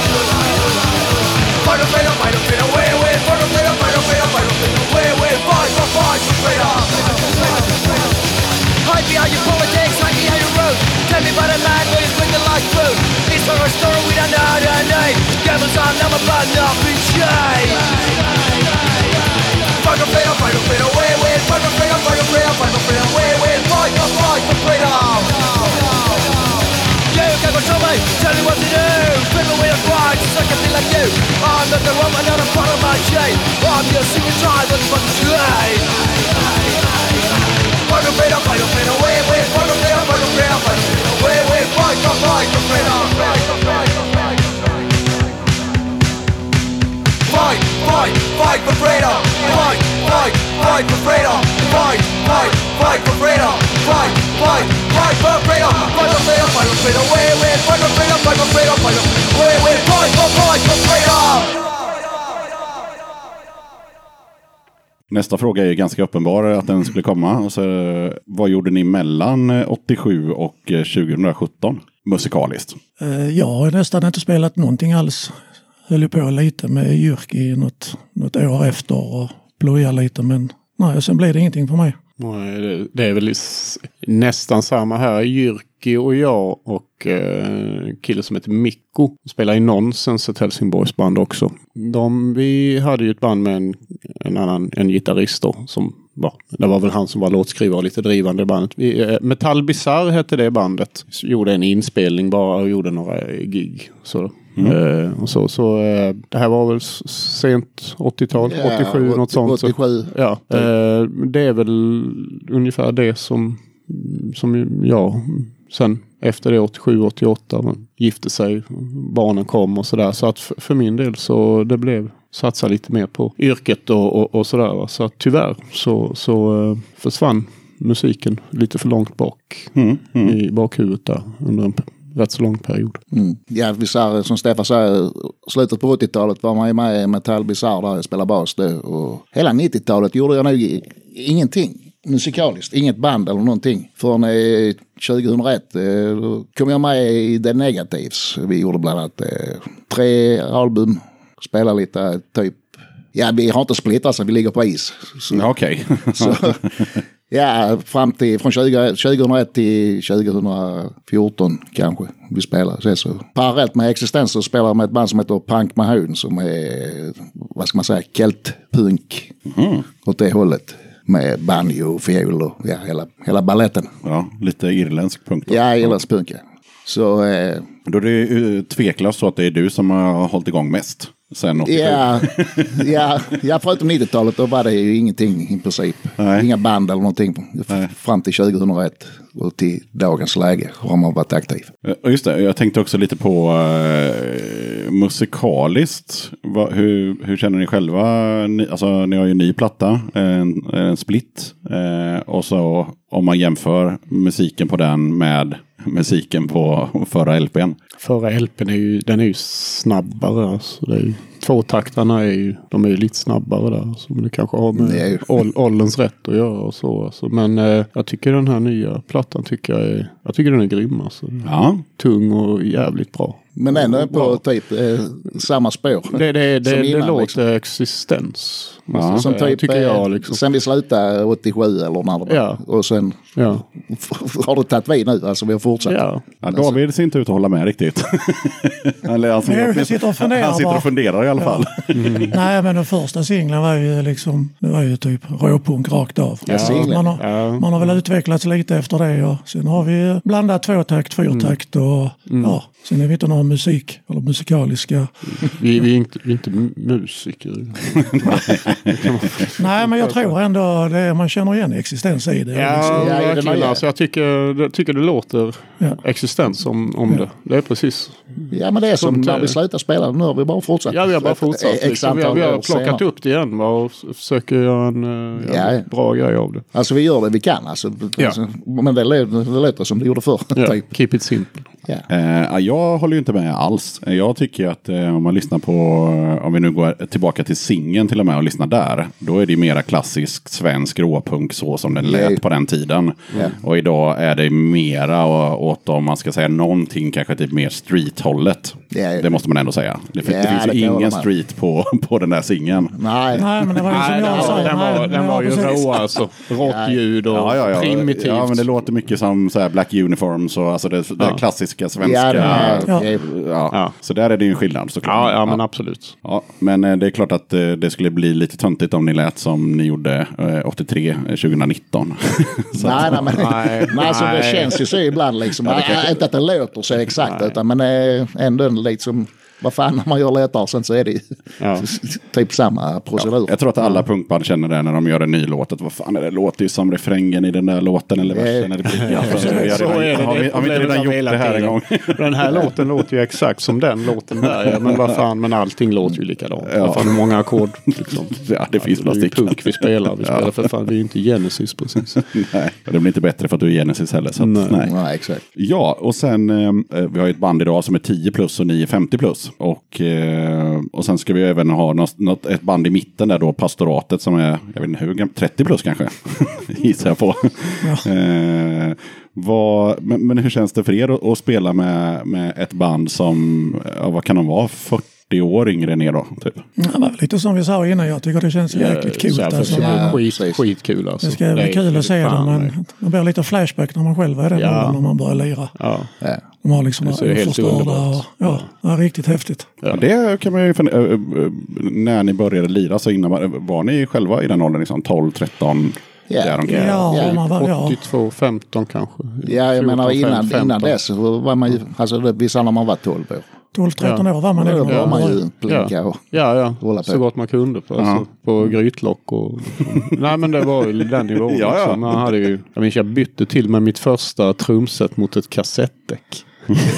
Fight for freedom, way, way. Fight for freedom, fight for freedom, fight for freedom, way, way. Fight for freedom. Hide behind your politics, hide behind your road. Tell me about a man where you bring the life through. It's for a story we don't know the name. Gambles on number, but not in shame. Fight for freedom, way, way. Fight for freedom, way, way. Fight for freedom. You can't control me, tell me what to do. People with a pride, so I can be like you. I'm not the woman, not a part of my chain. I'm just singing time, but fucking straight. Fight for freedom, way, way. Fight for freedom, way, way. Fight for freedom. Fight, fight, fight for freedom. Fight, fight, fight for freedom. Fight, fight, fight for freedom. Fight, fight, fight for freedom. Fight for freedom, way, way. Fight for freedom, way, way. Fight for freedom. Nästa fråga är ju ganska uppenbar att den skulle komma. Och så, vad gjorde ni mellan 87 och 2017 musikaliskt? Jag har nästan inte spelat någonting alls. Höll ju på lite med Jyrki i något år efter och plöja lite, men nej, sen blev det ingenting för mig. Nej, det är väl nästan samma här. Jyrki och jag och kille som heter Mikko spelar i Nonsens, ett Helsingborgsband också. Vi hade ju ett band med en gitarrist då, som det var väl han som var låtskrivare och lite drivande i bandet. Metal Bizarre hette det bandet. Gjorde en inspelning bara och gjorde några gig. Så det här var väl sent 80-tal, 87, något sånt. 87. Ja, det är väl ungefär det som jag sen efter det 87-88 man gifte sig, barnen kom och sådär. Så att för min del så det blev satsa lite mer på yrket och sådär. Så att tyvärr så försvann musiken lite för långt bak i bakhuvudet där under en rätt så lång period. Ja, Bizarre, som Stefan säger, slutet på 80-talet var man ju med i Metal Bizarre där jag spelade bas då. Och hela 90-talet gjorde jag nog ingenting musikaliskt, inget band eller någonting. Förrän 2001 då kom jag med i The Negatives. Vi gjorde bland annat 3 album, spelade lite typ. Ja, vi har inte splittrat så vi ligger på is. Okej. Ja, fram till från 2001 till 2014 kanske vi spelar. Så parallellt med Existens så spelar jag med ett band som heter Punk Mahon som är, vad ska man säga, keltpunk åt det hållet. Med banjo, fiol och hela balletten. Ja, lite irländsk punk då. Ja, irländsk punk, ja. Så, då är det tveklöst så att det är du som har hållit igång mest sen 87. Ja, förutom 90-talet då var det ju ingenting i princip. Nej. Inga band eller någonting fram till 2001 och till dagens läge har man varit aktiv. Just det, jag tänkte också lite på musikaliskt. Hur känner ni själva? Ni har ju en ny platta, en split. Och så om man jämför musiken på den med musiken på förra LPn. Förra LPn är ju snabbare. Alltså. Det är ju, tvåtaktarna är ju lite snabbare där. Så det kanske har med ålderns rätt att göra och så. Alltså. Men jag tycker den här nya plattan jag tycker den är grym. Alltså. Ja. Tung och jävligt bra. Men ändå på typ samma spår. Det låter liksom. Existens. Ja. Som typ, tycker jag liksom. Sen vi slutade 87 eller när det var. Ja. Och sen har det tagit vid nu. Alltså vi har fortsatt. Ja. David ser inte ut att hålla med riktigt. Eller han sitter och funderar i alla fall. Nej, men den första singeln var ju liksom, det var ju typ råpunk rakt av. Man har väl utvecklats lite efter det. Och sen har vi blandat tvåtakt, fyrtakt och sen är vi inte några musikaliska. Vi är inte musiker. Nej, men jag tror ändå man känner igen existens i det. Verkligen. Alltså, jag tycker det låter existens om det. Det är precis. Ja, men det är som när vi slutar spela. Nu har vi bara fortsatt. Ja, vi har bara fortsatt. Liksom. Vi har plockat upp det igen och försöker göra en bra grej av det. Alltså vi gör det vi kan. Alltså, men det låter som det gjorde förr. Typ. Keep it simple. Jag håller ju inte med alls. Jag tycker att om man lyssnar på, om vi nu går tillbaka till singeln till och med och lyssnar där, då är det mera klassisk svensk råpunk så som den lät på den tiden. Och idag är det mera åt, om man ska säga någonting, kanske typ mer street-hållet. Det måste man ändå säga. Det finns ju ingen street på den där singeln. Nej, men det var ju som jag sa. Den var ju rå alltså. Rått ljud och primitivt. Ja, men det låter mycket som så här Black Uniforms och alltså det klassiska svenska. Så där är det ju en skillnad såklart. Ja, men absolut. Ja, men det är klart att det skulle bli lite töntigt om ni lät som ni gjorde 2019. Nej, så det känns ju så ibland liksom. Inte att det låter så exakt, utan men ändå liksom, vad fan, när man gör låtar sen så är det ju typ samma procedur. Jag tror att alla punkband känner det när de gör en ny låt. Att vad fan är det? Låter ju som refrängen i den där låten eller versen. Har vi inte redan gjort det här en gång? Den här låten låter ju exakt som den låten där. Ja, men vad fan, men allting låter ju likadant. Vad fan, hur många ackord liksom. Ja, det finns plastik. Det är punk vi spelar. Vi spelar för fan, vi är ju inte Genesis precis. Nej, det blir inte bättre för att du är Genesis heller. Så att, nej, exakt. Ja, och sen vi har ju ett band idag som är 10 plus och 9 50 plus. Och sen ska vi även ha ett band i mitten där då, Pastoratet, som är, jag vet inte hur, 30 plus kanske, gissar jag på. Men hur känns det för er att spela med ett band som, vad kan de vara, 40 år yngre ner då, typ? Det var lite som vi sa innan, jag tycker det känns jäkligt kul. Skitkul alltså. Det ska bli kul att se dem, men det blir lite flashback när man själv är den när man börjar lira. De har liksom oförstörda och det är riktigt häftigt. Ja, det kan man ju när ni började lira så innan, var ni själva i den åldern liksom 12, 13? 82, 15 kanske. Ja, jag menar innan dess var man ju, alltså vissa när man var 12 år. 12-13 år var man då var man ju plinka och hålla på. Så gott man kunde på grytlock och nej, men det var ju den nivån liksom. Man hade ju, jag minns jag bytte till med mitt första trumset mot ett kassettdäck.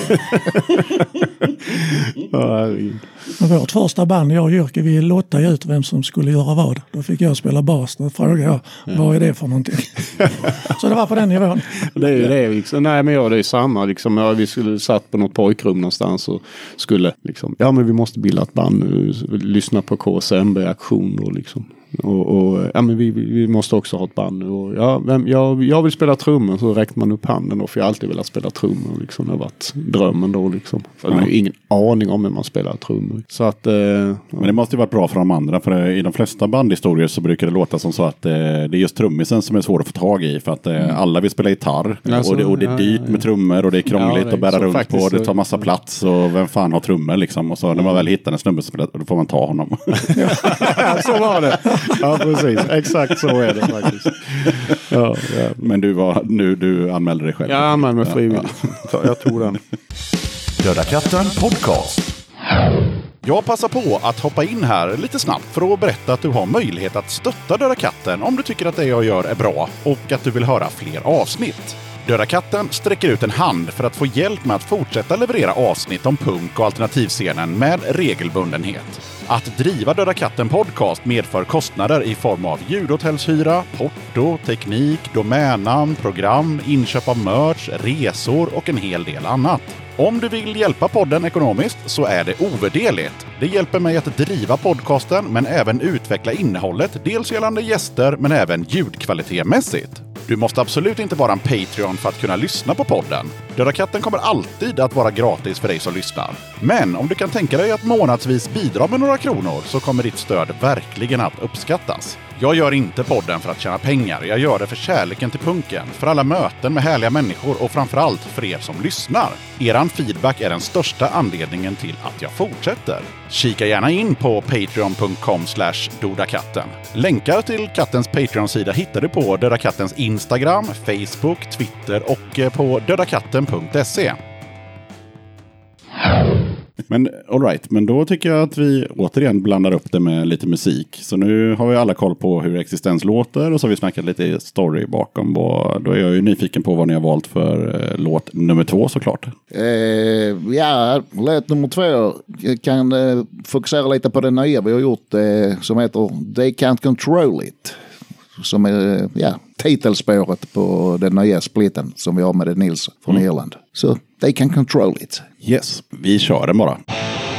Vårt första band, jag och Jyrke, vi lottade ut vem som skulle göra vad. Då fick jag spela bas. Då frågade jag, vad är det för någonting? Så det var på den nivån. Det är ju det liksom. Nej, men det är samma liksom. Vi skulle satt på något pojkrum någonstans och skulle liksom, men vi måste bilda ett band nu. Lyssna på KSMB aktion och liksom. Och men vi måste också ha ett band nu. Och jag vill spela trummor, så räckte man upp handen då, för jag har alltid velat spela trummor liksom. Det har varit drömmen då liksom. För man har ju ingen aning om hur man spelar trummor. Så att men det måste ju varit bra för de andra, för i de flesta bandhistorier så brukar det låta som så att det är just trummisen som är svår att få tag i, för att alla vill spela gitarr och det är dyrt med trummor och det är krångligt att bära runt faktiskt, på, det tar massa plats och vem fan har trummor liksom, och så när man väl hittar en snubbe så då får man ta honom. Så var det. Ja, precis. Exakt så är det faktiskt. Men du anmälde dig själv. Jag anmälde mig frivilligt. Jag tog den. Döda katten podcast. Jag passar på att hoppa in här lite snabbt för att berätta att du har möjlighet att stötta Döda katten om du tycker att det jag gör är bra och att du vill höra fler avsnitt. Döda katten sträcker ut en hand för att få hjälp med att fortsätta leverera avsnitt om punk- och alternativscenen med regelbundenhet. Att driva Döda katten podcast medför kostnader i form av ljudhotellshyra, porto, teknik, domännamn, program, inköp av merch, resor och en hel del annat. Om du vill hjälpa podden ekonomiskt så är det ovärderligt. Det hjälper mig att driva podcasten men även utveckla innehållet, dels gällande gäster men även ljudkvalitetmässigt. Du måste absolut inte vara en Patreon för att kunna lyssna på podden. Döda katten kommer alltid att vara gratis för dig som lyssnar. Men om du kan tänka dig att månadsvis bidra med några kronor så kommer ditt stöd verkligen att uppskattas. Jag gör inte podden för att tjäna pengar. Jag gör det för kärleken till punken, för alla möten med härliga människor och framförallt för er som lyssnar. Eran feedback är den största anledningen till att jag fortsätter. Kika gärna in på patreon.com/dodakatten. Länkar till kattens Patreon-sida hittar du på Döda kattens Instagram, Facebook, Twitter och på dödakatten.se. Men all right, men då tycker jag att vi återigen blandar upp det med lite musik. Så nu har vi alla koll på hur Existens låter och så har vi snackat lite story bakom. Då är jag ju nyfiken på vad ni har valt för låt nummer 2 såklart. Ja, låt nummer 2 kan fokusera lite på det nya vi har gjort som heter They Can't Control It. Som är titelspåret på den nya splitten som vi har med Nils från Irland. Så They Can Control It. Yes, vi kör den bara.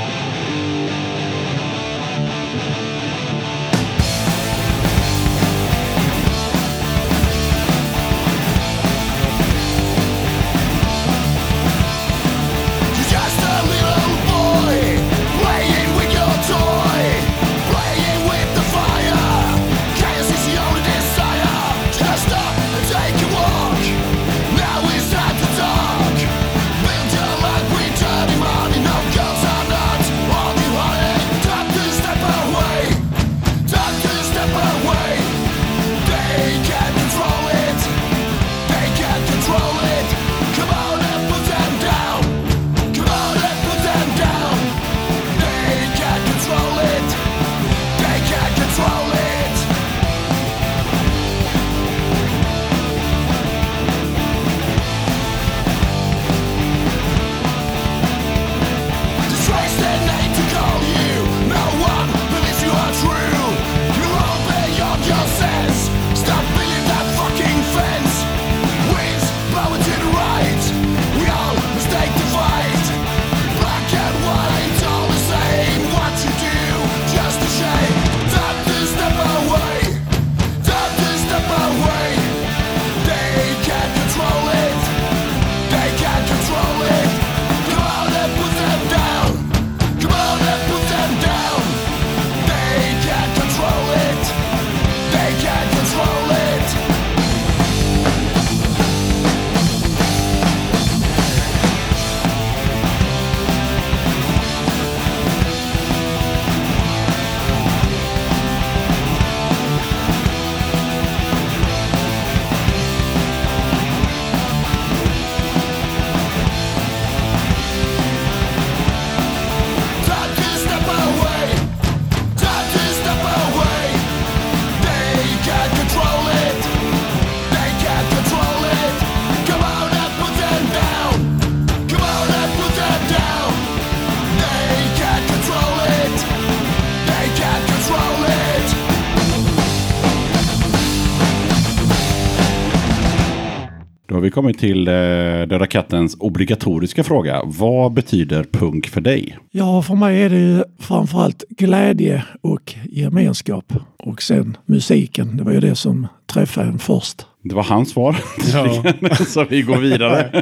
Då har vi kommit till Döda kattens obligatoriska fråga. Vad betyder punk för dig? Ja, för mig är det ju framförallt glädje och gemenskap. Och sen musiken, det var ju det som träffade en först. Det var hans svar. Ja. Så vi går vidare.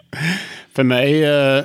För mig,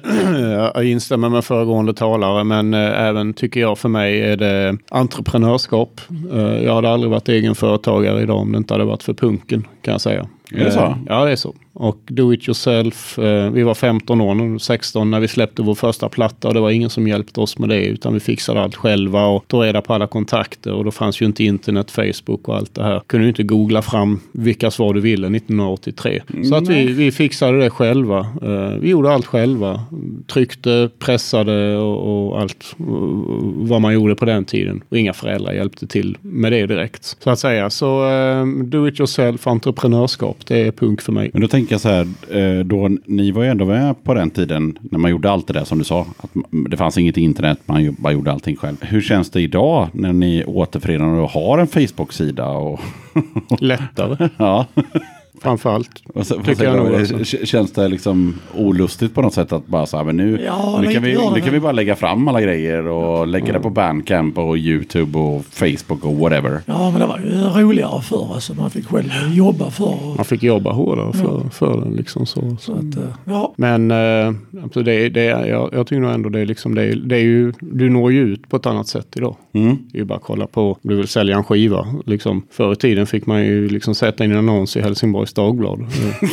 jag instämmer med föregående talare, men även tycker jag för mig är det entreprenörskap. Jag hade aldrig varit egen företagare idag om det inte hade varit för punken, kan jag säga. Är det så? Ja, det är så. Och Do It Yourself, vi var 15 år, nu 16 när vi släppte vår första platta och det var ingen som hjälpte oss med det utan vi fixade allt själva och tog reda på alla kontakter och då fanns ju inte internet, Facebook och allt det här. Kunde ju inte googla fram vilka svar du ville 1983. Så att vi fixade det själva. Vi gjorde allt själva. Tryckte, pressade och allt vad man gjorde på den tiden. Och inga föräldrar hjälpte till med det direkt. Så att säga. Så Do It Yourself, entreprenörskap, det är punk för mig. Men då tänker jag så här, då ni var ju ändå med på den tiden när man gjorde allt det där som du sa. Att det fanns inget internet, man bara gjorde allting själv. Hur känns det idag när ni återförenar och har en Facebook-sida? Och Lättare. Ja. Framförallt. Tycker jag nog, känns det liksom olustigt på något sätt att bara så här, men nu kan vi bara lägga fram alla grejer och lägga det på Bandcamp och YouTube och Facebook och whatever. Ja, men det var ju roligare förr. Alltså, man fick själv jobba för. Man fick jobba hårdare för den liksom så att, ja. Men alltså jag tycker nog ändå det är liksom det är ju, du når ju ut på ett annat sätt idag. Det är ju bara att kolla på, du vill sälja en skiva liksom. Förr i tiden fick man ju liksom sätta in en annons i Helsingborgs Dagblad.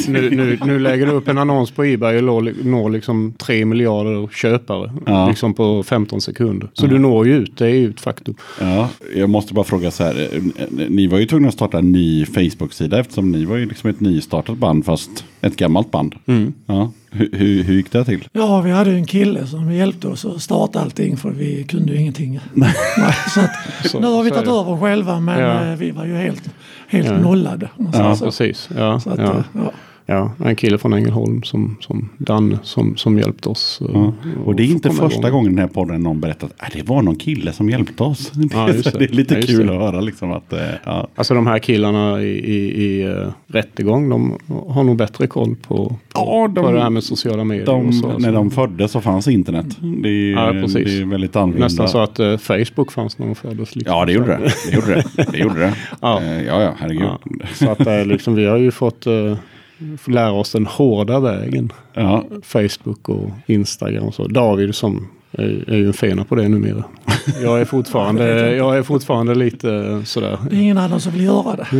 Nu lägger du upp en annons på eBay och når liksom 3 miljarder köpare liksom på 15 sekunder. Så du når ju ut, det är ju ett faktum. Ja, jag måste bara fråga så här, ni var ju tvungna att starta en ny Facebook-sida eftersom ni var ju liksom ett nystartat band fast ett gammalt band. Ja. Hur gick det till? Ja, vi hade en kille som hjälpte oss att starta allting för vi kunde ju ingenting. Så att, nu har vi tagit över själva men vi var ju helt nollade. Ja, precis. Ja, så att, ja, en kille från Ängelholm som Danne som hjälpte oss. Och det är inte första gången den här podden någon berättat att det var någon kille som hjälpte oss. Det är lite kul att höra liksom att Alltså de här killarna i rättegång, de har nog bättre koll på det här med sociala medier. När de föddes så fanns internet. Det är väldigt annorlunda. Nästan så att Facebook fanns när de föddes. Liksom. Ja, det gjorde det. Ja, herregud. Ja. Så att liksom, vi har ju fått lära oss den hårda vägen. Ja. Facebook och Instagram och så. David som är ju en fena på det numera. Jag är fortfarande lite sådär. Det är ingen annan som vill göra det.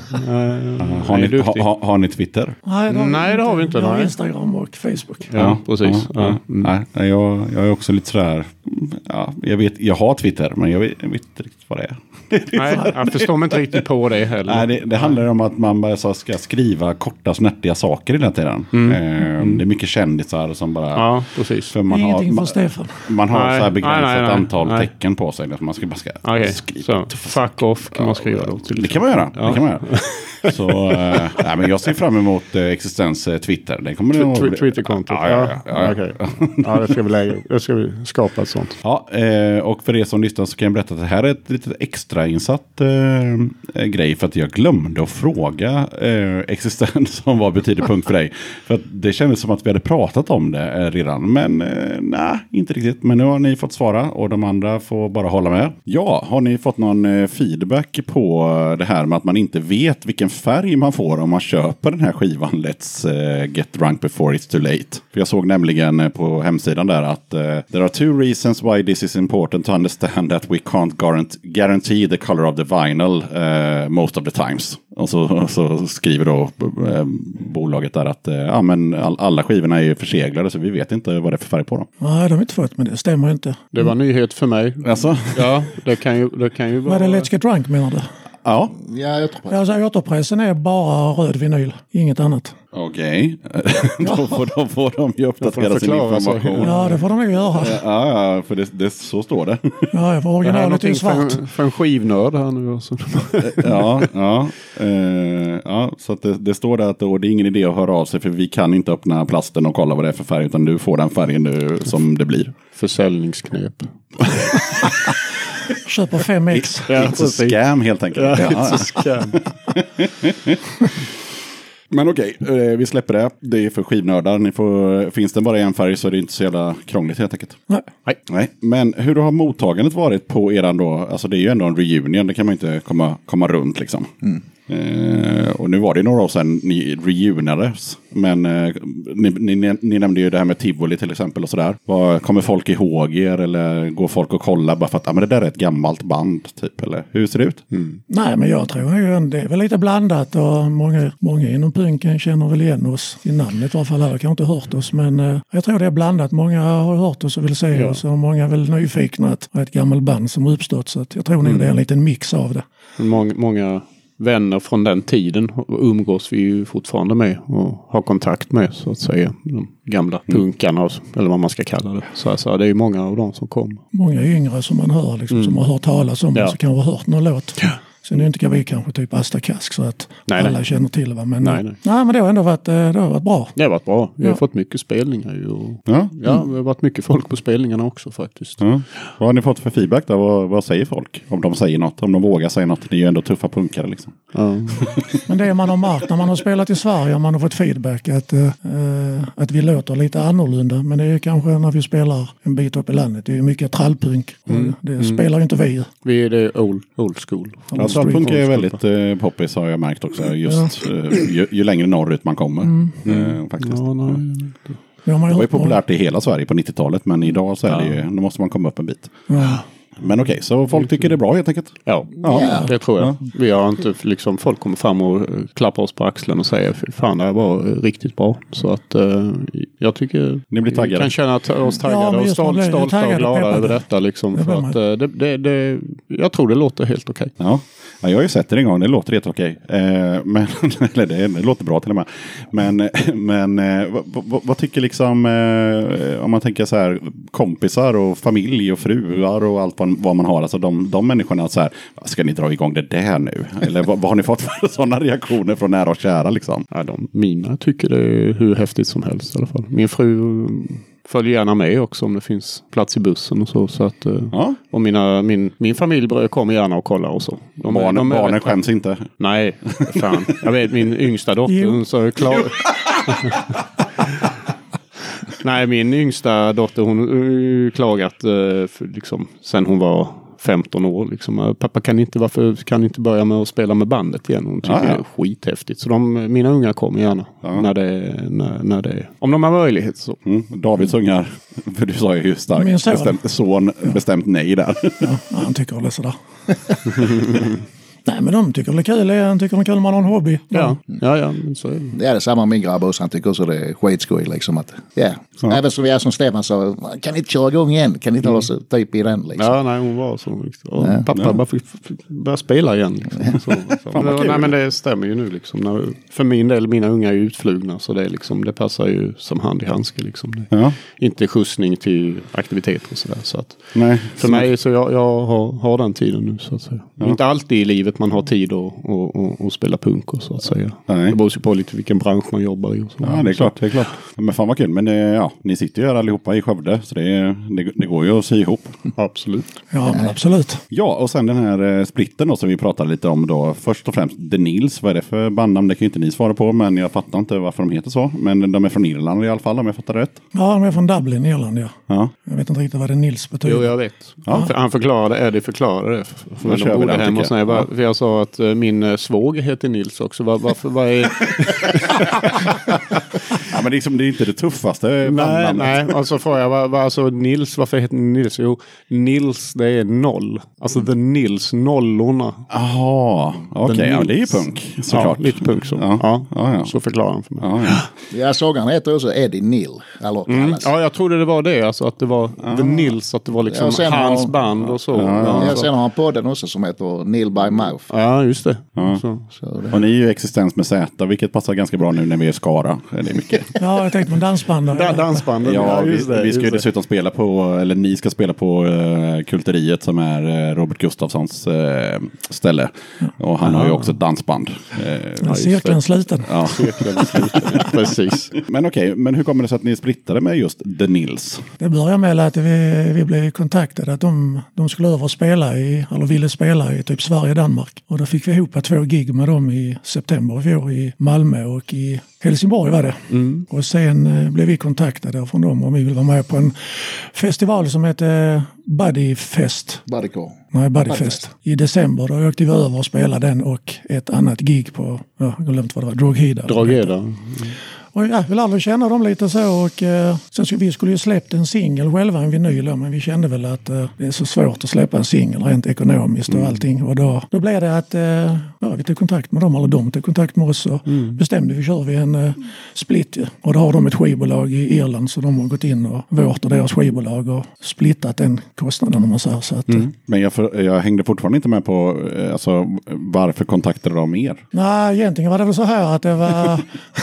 Har ni Twitter? Nej, det har vi inte. Vi har Instagram och Facebook. Ja, precis. Ja. Nej, jag är också lite sådär. Ja, jag har Twitter, men jag vet inte riktigt vad det är. Nej, jag förstår mig inte riktigt på det heller. Nej, det handlar om att man bara ska skriva korta, snärtiga saker hela tiden. Det är mycket kändisar som bara... Ja, precis. För ingenting för Stefan. Man har så här begränsat antal tecken på sig. Man ska bara skriva. Så, fuck off kan man skriva då. Det kan man göra. Det kan man göra. Så, men jag ser fram emot Existens Twitter. Den kommer Twitter-kontot. Okay. Ja, det ska vi skapa ett sånt. Ja, och för er som lyssnar så kan jag berätta att det här är ett litet extrainsatt grej för att jag glömde att fråga Existens som vad betyder punkt för dig. För att det kändes som att vi hade pratat om det redan. Men nej, inte riktigt. Men nu har ni fått svara och de andra får bara hålla med. Ja, har ni fått någon feedback på det här med att man inte vet vilken färg man får om man köper den här skivan Let's Get Drunk Before It's Too Late? För jag såg nämligen på hemsidan där att there are 2 reasons why this is important to understand that we can't guarantee the color of the vinyl most of the times. Och så skriver då bolaget där att men alla skivorna är ju förseglade så vi vet inte vad det är för färg på dem. Nej, de har inte fått, men det stämmer inte. Det var nyhet för mig. Alltså? Ja, det kan ju vara... Vad är det Let's Get Drunk menar du? Ja. Återpressen är bara röd vinyl, inget annat. Okej. Då får de ju uppdatera sin information. Ja, det får de ju göra. Ja, för det så står det. Ja, för originalet är ju svart. För en skivnörd här nu också. Ja, så att det står där att det är ingen idé att höra av sig för vi kan inte öppna plasten och kolla vad det är för färg utan du får den färgen nu som det blir. Försäljningsknep. Köper 5x. It's a scam helt enkelt. Ja, it's a scam. Men okej, vi släpper det. Det är för skivnördar. Finns det bara en färg så är det inte så jävla krångligt helt enkelt. Nej. Men hur har mottagandet varit på eran då? Alltså det är ju ändå en reunion, det kan man inte komma runt liksom. Och nu var det några år sedan ni reunades. Men ni nämnde ju det här med Tivoli till exempel och sådär. Kommer folk ihåg er eller går folk och kollar bara för att men det där är ett gammalt band typ? Eller hur ser det ut? Nej, men jag tror ju det är väl lite blandat och många inom punken känner väl igen oss i namnet i alla fall. Här kanske inte hört oss, men jag tror det är blandat. Många har hört oss och vill se oss och många är väl nyfikna att det är ett gammalt band som uppstått. Så att jag tror nog det är en liten mix av det. Många vänner från den tiden umgås vi ju fortfarande med och har kontakt med, så att säga. De gamla punkarna, eller vad man ska kalla det. Så det är ju många av dem som kommer. Många yngre som man hör, liksom, som har hört talas om så kan ha hört någon låt. Ja. Sen inte kan vi kanske typ Asta Kask så att alla känner till det. Men, nej, men det har ändå varit, bra. Det har varit bra. Vi har fått mycket spelningar ju. Det har varit mycket folk på spelningarna också faktiskt. Ja. Vad har ni fått för feedback då? Vad säger folk? Om de säger något, om de vågar säga något. Det är ju ändå tuffa punkare liksom. Ja. Men det man har märkt när man har spelat i Sverige, man har fått feedback att vi låter lite annorlunda. Men det är kanske när vi spelar en bit upp i landet. Det är mycket trallpunk. Det spelar ju inte vi. Vi är det old school. Trallpunk är väldigt poppis har jag märkt också. Just ju längre norrut man kommer. Faktiskt. Det var ju populärt i hela Sverige på 90-talet. Men idag så är det ju, då måste man komma upp en bit. Ja. Men okej, så folk tycker det är bra helt enkelt? Ja, det tror jag. Vi har inte liksom, folk kommer fram och klappar oss på axeln och säger fan det här var riktigt bra. Så att jag tycker ni blir taggade. Kan känna oss taggade och stolta och glada över detta liksom. För att jag tror det låter helt okej. Ja, jag har ju sett det en gång, det låter helt okej. Men det låter bra till och med. Men vad tycker liksom, om man tänker så här, kompisar och familj och fruar och allt vad man har, alltså de människorna så här, ska ni dra igång det där nu? Eller vad har ni fått för sådana reaktioner från nära och kära liksom? Ja, mina tycker det är hur häftigt som helst i alla fall. Min fru följer gärna med också om det finns plats i bussen och så att och min familj kommer gärna och kollar och så. Barnen skäms inte. Nej, fan. Jag vet min yngsta dotter så är klar. Nej, min yngsta dotter hon har klagat liksom sen hon var 15 år liksom. Pappa varför kan ni inte börja med att spela med bandet igen? Hon tycker det är skithäftigt. Så mina unga kommer gärna när det om de har möjlighet så. Davids ungar, för du sa ju starkt son bestämt nej där. Ja, han tycker det är sådär. Nej, men de tycker det är kul. Han tycker det är kul om man har en hobby. Ja, men så är det. Det är samma med min grabb också. Han tycker också det är skitskoj liksom att, även som vi är som Stefan sa, kan ni inte köra igång igen? Kan ni inte ha så typ i den liksom? Ja, nej, hon var så. Pappa bara börja spela igen liksom. Så. Nej, men det stämmer ju nu liksom. För min del, mina unga är utflugna så det är liksom, det passar ju som hand i handske liksom. Inte skjutsning till aktiviteter och sådär. Så att för mig så jag har den tiden nu så att säga. Inte alltid i livet man har tid att spela punk och så att säga. Det beror ju på lite vilken bransch man jobbar i och så. Ja, det är klart. Men fan vad kul. Men ni sitter ju här allihopa i Skövde så det går ju att sy ihop. Absolut. Ja, men absolut. Ja, och sen den här splitten då som vi pratade lite om då. Först och främst The Nils. Vad är det för bandnamn? Det kan ju inte ni svara på, men jag fattar inte varför de heter så. Men de är från Irland i alla fall, om jag fattar rätt. Ja, de är från Dublin, Irland, ja. Jag vet inte riktigt vad det Nils betyder. Jo, jag vet. Ja. Han förklarade det. För när de bodde hemma hos mig. För jag sa att min svåger heter Nils också. Vad är... Ja, men liksom, det är inte det tuffaste. Nej, alltså får jag alltså Nils, varför heter Nils? Jo, Nils det är 0. Alltså the Nils, nollorna. Jaha, okej. Ja, det är ju punk, såklart. Ja, lite punk så. Ja. Så förklarar han för mig. Ja, sågaren heter också Eddie Neil. Ja, jag trodde det var det. Alltså att det var the Nils, att det var liksom hans band och så. Sen har han podden också som heter Neil by Mouth. Ja, just det. Och ni är ju Existens med Z, vilket passar ganska bra nu när vi är Skara. Det är mycket. Ja, jag tänkte på dansbanden. Dansbanden. Ja, vi ska ju dessutom spela på, eller ni ska spela på Kulteriet som är Robert Gustafssons ställe. Och han har ju också ett dansband. Cirkeln sluten. Ja, cirkeln sluten. Precis. Men okej, men hur kommer det sig att ni splittade med just The Nils? Det började med att vi blev kontaktade att de skulle över och spela eller ville spela i typ Sverige och Danmark. Och då fick vi ihop 2 gig med dem i september i fjol i Malmö och i Helsingborg var det. Och sen blev vi kontaktade från dem om vi ville vara med på en festival som heter Buddyfest. Nej, Buddyfest. I december då åkte vi över och spelade den och ett annat gig på, jag har glömt vad det var, Drogheda. Och ja, vi lärde känna dem lite så och sen vi skulle ju släppt en singel själva, en vinyl, men vi kände väl att det är så svårt att släppa en singel rent ekonomiskt och allting. Och då blev det att vi tog kontakt med dem, eller de tog kontakt med oss och bestämde vi kör vi en split. Och då har de ett skivbolag i Irland så de har gått in och vårt och deras skivbolag och splittat den kostnaden om man säger så. Att, Men jag hängde fortfarande inte med på alltså, varför kontaktade de er? Nej, egentligen var det väl så här att det var...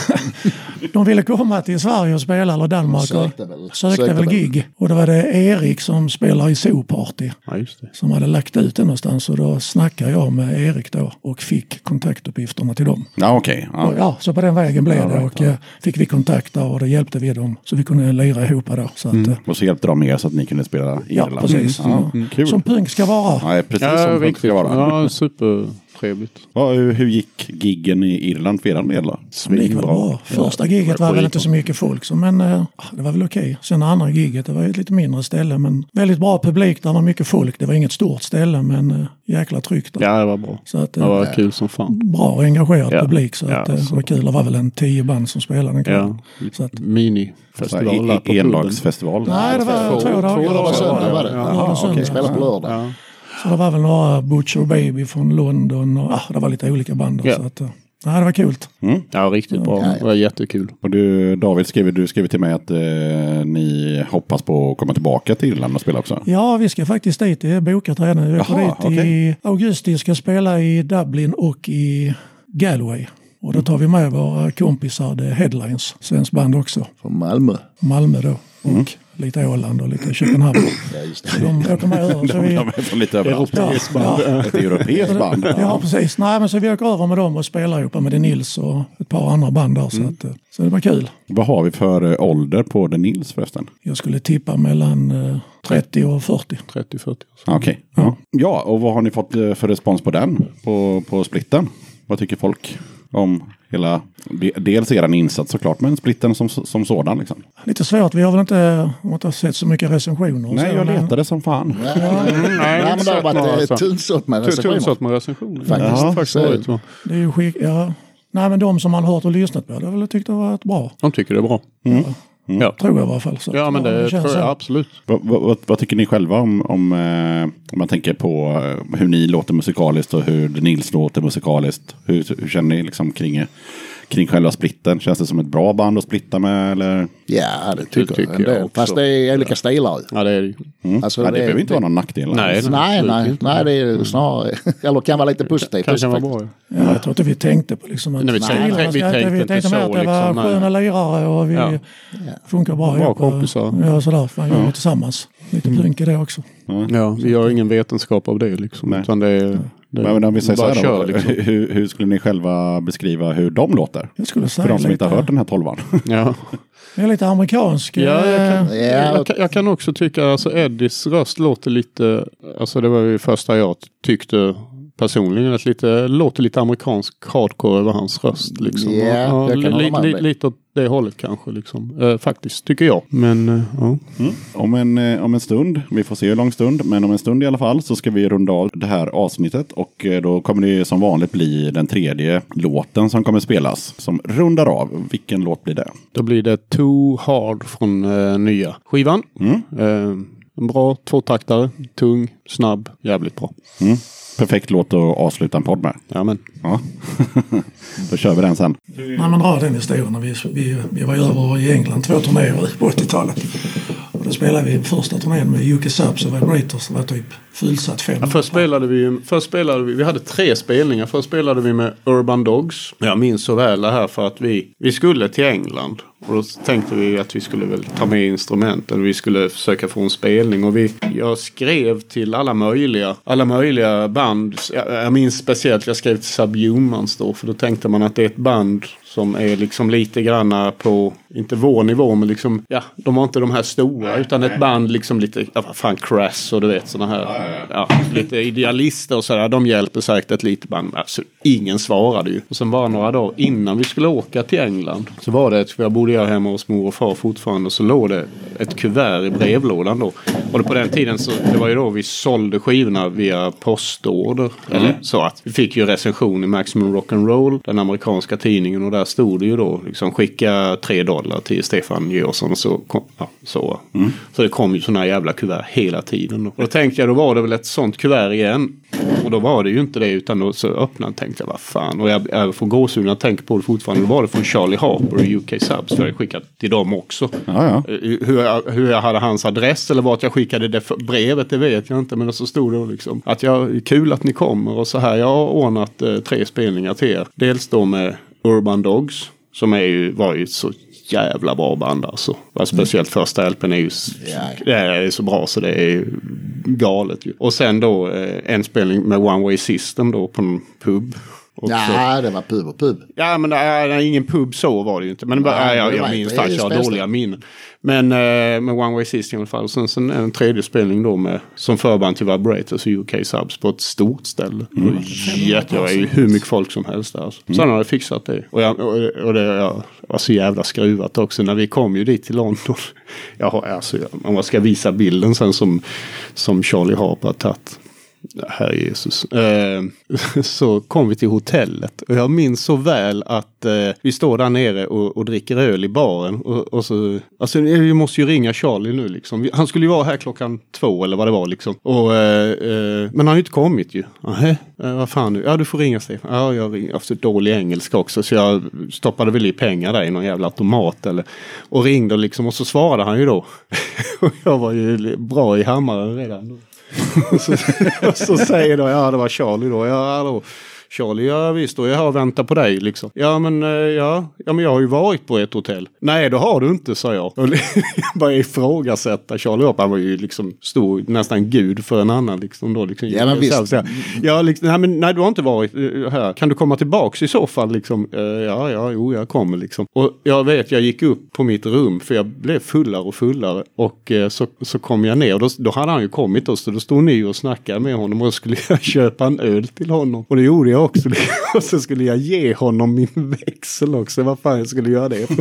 De ville komma till Sverige och spela, eller Danmark, sökte väl gig. Och då var det Erik som spelar i Zoo-party som hade lagt ut det någonstans. Och då snackade jag med Erik då och fick kontaktuppgifterna till dem. Ja, okej. Ja. Ja, så på den vägen blev det och fick vi kontakt där och då hjälpte vi dem så vi kunde lira ihop då. Så att, och så hjälpte de er så att ni kunde spela i Irland. Ja, precis. Kul. Som punk ska vara. Ja, precis som punk ska vara. Ja, supertrevligt. Hur gick giggen i Irland för er del då? Det gick väl bra. Första giget var väl inte så mycket folk, men det var väl okej. Sen andra giget, det var ett lite mindre ställe, men väldigt bra publik. Där var mycket folk. Det var inget stort ställe, men jäkla tryggt. Ja, det var bra. Så att, det var kul som fan. Bra och engagerad publik, så att, det var kul. Det var väl en 10 band som spelade den kvällen. Ja, minifestival. Endagsfestival? Nej, det var 2 dagar. Söndag var det. Okej, spela på lördag. Ja. Så det var väl några Butcher Baby från London och det var lite olika band. Så att, det var kul. Ja, riktigt bra. Det var jättekul. Och du, David, skrev till mig att ni hoppas på att komma tillbaka till Irland och spela också. Ja, vi ska faktiskt dit. Det är bokat redan. Vi åker dit i augusti, ska spela i Dublin och i Galway. Och då tar vi med våra kompisar, The Headlines, svensk band också. Från Malmö. Malmö då. Och lite Åland och lite Köpenhamn. Ja, just det. Så de åker med över. Så vi... De är från lite överallt. Ett europeiskt band. Ja, precis. Nej, men så vi åker över med dem och spelar ihop med The Nils och ett par andra band där. Så det var kul. Vad har vi för ålder på The Nils förresten? Jag skulle tippa mellan 30 och 40. 30-40. Okej. Ja, och vad har ni fått för respons på den? På splitten? Vad tycker folk om hela, dels er insats såklart, men splitten som sådan liksom? Lite svårt, vi har väl inte sett så mycket recensioner. Nej, jag letade som fan. Nej, men det har varit tunnsått med recensioner. Faktiskt. Det är ju Nej, men de som man har hört och lyssnat på, det har väl tyckt det var bra. De tycker det är bra. Ja. Tror jag i alla fall. Så ja, men det tror jag absolut. Vad tycker ni själva om man tänker på hur ni låter musikaliskt och hur Nils låter musikaliskt? Hur känner ni liksom kring själva splitten? Känns det som ett bra band att splitta med? Eller? Ja, det tycker jag också. Fast det är olika stilar. Ja, det är det. Alltså, det behöver inte vara någon nackdel. Nej, det är snarare, eller kan vara lite positivt. Kanske vara bra. Ja, jag tror inte vi tänkte på liksom att vi tänkte med att det var sköna lirare och vi funkar bra ihop. Kompisar. Ja, sådär. Man gör tillsammans. Lite plunk i det också. Ja, vi har ingen vetenskap av det liksom. Utan det är... Men om vi säger så här då, liksom. hur skulle ni själva beskriva hur de låter? Jag skulle säga för de som inte har hört den här 12:an. Ja. Det är lite amerikansk. Ja, jag kan också tycka alltså Eddies röst låter lite, alltså det var ju första jag tyckte personligen, att låter lite amerikansk hardcore över hans röst liksom. Lite åt det hållet kanske liksom. Faktiskt tycker jag. Men Om en stund, vi får se hur lång stund, men om en stund i alla fall så ska vi runda av det här avsnittet och då kommer det som vanligt bli den 3:e låten som kommer spelas som rundar av. Vilken låt blir det? Då blir det Too Hard från nya skivan. En bra 2-taktare, tung, snabb, jävligt bra. Perfekt låt att avsluta en podd med. Ja. Då kör vi den sen. Nej, men dra den historien. Vi var över i England 2 turnéer på 80-talet. Och då spelade vi första turnén med UK Subs och Vibrators. Det var typ fullsatt 5. Ja, först spelade vi hade 3 spelningar. Först spelade vi med Urban Dogs. Jag minns så väl det här för att vi skulle till England. Och då tänkte vi att vi skulle väl ta med instrumenten. Vi skulle försöka få en spelning. Och jag skrev till alla möjliga band. Jag minns speciellt jag skrev till Subhumans då. För då tänkte man att det är ett band som är liksom lite granna på, inte vår nivå, men liksom, de var inte de här stora, utan ett band liksom lite, Crass och du vet såna här, lite idealister och sådär, de hjälper säkert ett litet band. Alltså, ingen svarade ju. Och sen bara några dagar innan vi skulle åka till England så var det att jag borde bodde jag hemma hos mor och far fortfarande, så låg det ett kuvert i brevlådan då. Och på den tiden så, det var ju då vi sålde skivorna via postorder. Eller så att vi fick ju recension i Maximum Rock'n'Roll, den amerikanska tidningen, och där stod det ju då liksom skicka $3 till Stefan Jörsson och så så. Så det kom ju såna jävla kuvert hela tiden då. Och då tänkte jag, då var det väl ett sånt kuvert igen. Och då var det ju inte det, utan då så öppnade, tänkte jag, vad fan. Och jag får gåshud när jag tänker på det fortfarande. Då var det från Charlie Harper och UK Subs, för jag skickat till dem också. Ja. Hur jag hade hans adress eller vart jag skickade det brevet, det vet jag inte. Men så stod det liksom att kul att ni kommer och så här. Jag har ordnat 3 spelningar till er. Dels då med Urban Dogs, som var ju så jävla bra band alltså. Speciellt första LPn är ju det är så bra så det är ju galet ju. Och sen då en spelning med One Way System då på en pub. Ja, det var pub. Ja, men ingen pub så var det ju inte. Men jag minns att jag har dåliga minnen. Men med One Way System i alla fall. Och sen en tredje spelning då som förband till Vibrators och UK Subs på ett stort ställe. Det är ju hur mycket folk som helst där. Alltså. Sen har jag fixat det. Och det var så jävla skruvat också. När vi kom ju dit till London. Om jag ska visa bilden sen som Charlie Harper har tagit. Herre Jesus. Så kom vi till hotellet. Och jag minns så väl att vi står där nere och dricker öl i baren. Och så, alltså vi måste ju ringa Charlie nu liksom. Han skulle ju vara här 2:00 eller vad det var liksom. Men han har ju inte kommit ju. Vad fan nu? Ja, du får ringa Stefan. Ja, jag ringer. Jag har så dålig engelska också. Så jag stoppade väl i pengar där i någon jävla automat och ringde liksom. Och så svarade han ju då. Och jag var ju bra i hammaren redan då. och så säger då, det var Charlie då. Hallå. Charlie, visst då, jag har väntat på dig liksom. Men jag har ju varit på ett hotell. Nej, det har du inte, sa jag. Och jag bara ifrågasätta Charlie upp. Han var ju liksom nästan gud för en annan liksom då. Liksom, ja, men visst. Nej, du har inte varit här. Kan du komma tillbaks i så fall liksom? Jag kommer liksom. Och jag vet, jag gick upp på mitt rum för jag blev fullare och fullare. Och så kom jag ner och då hade han ju kommit och så då stod ni och snackade med honom och skulle jag köpa en öl till honom. Och det gjorde jag också. Och så skulle jag ge honom min växel också. Vad fan jag skulle göra det?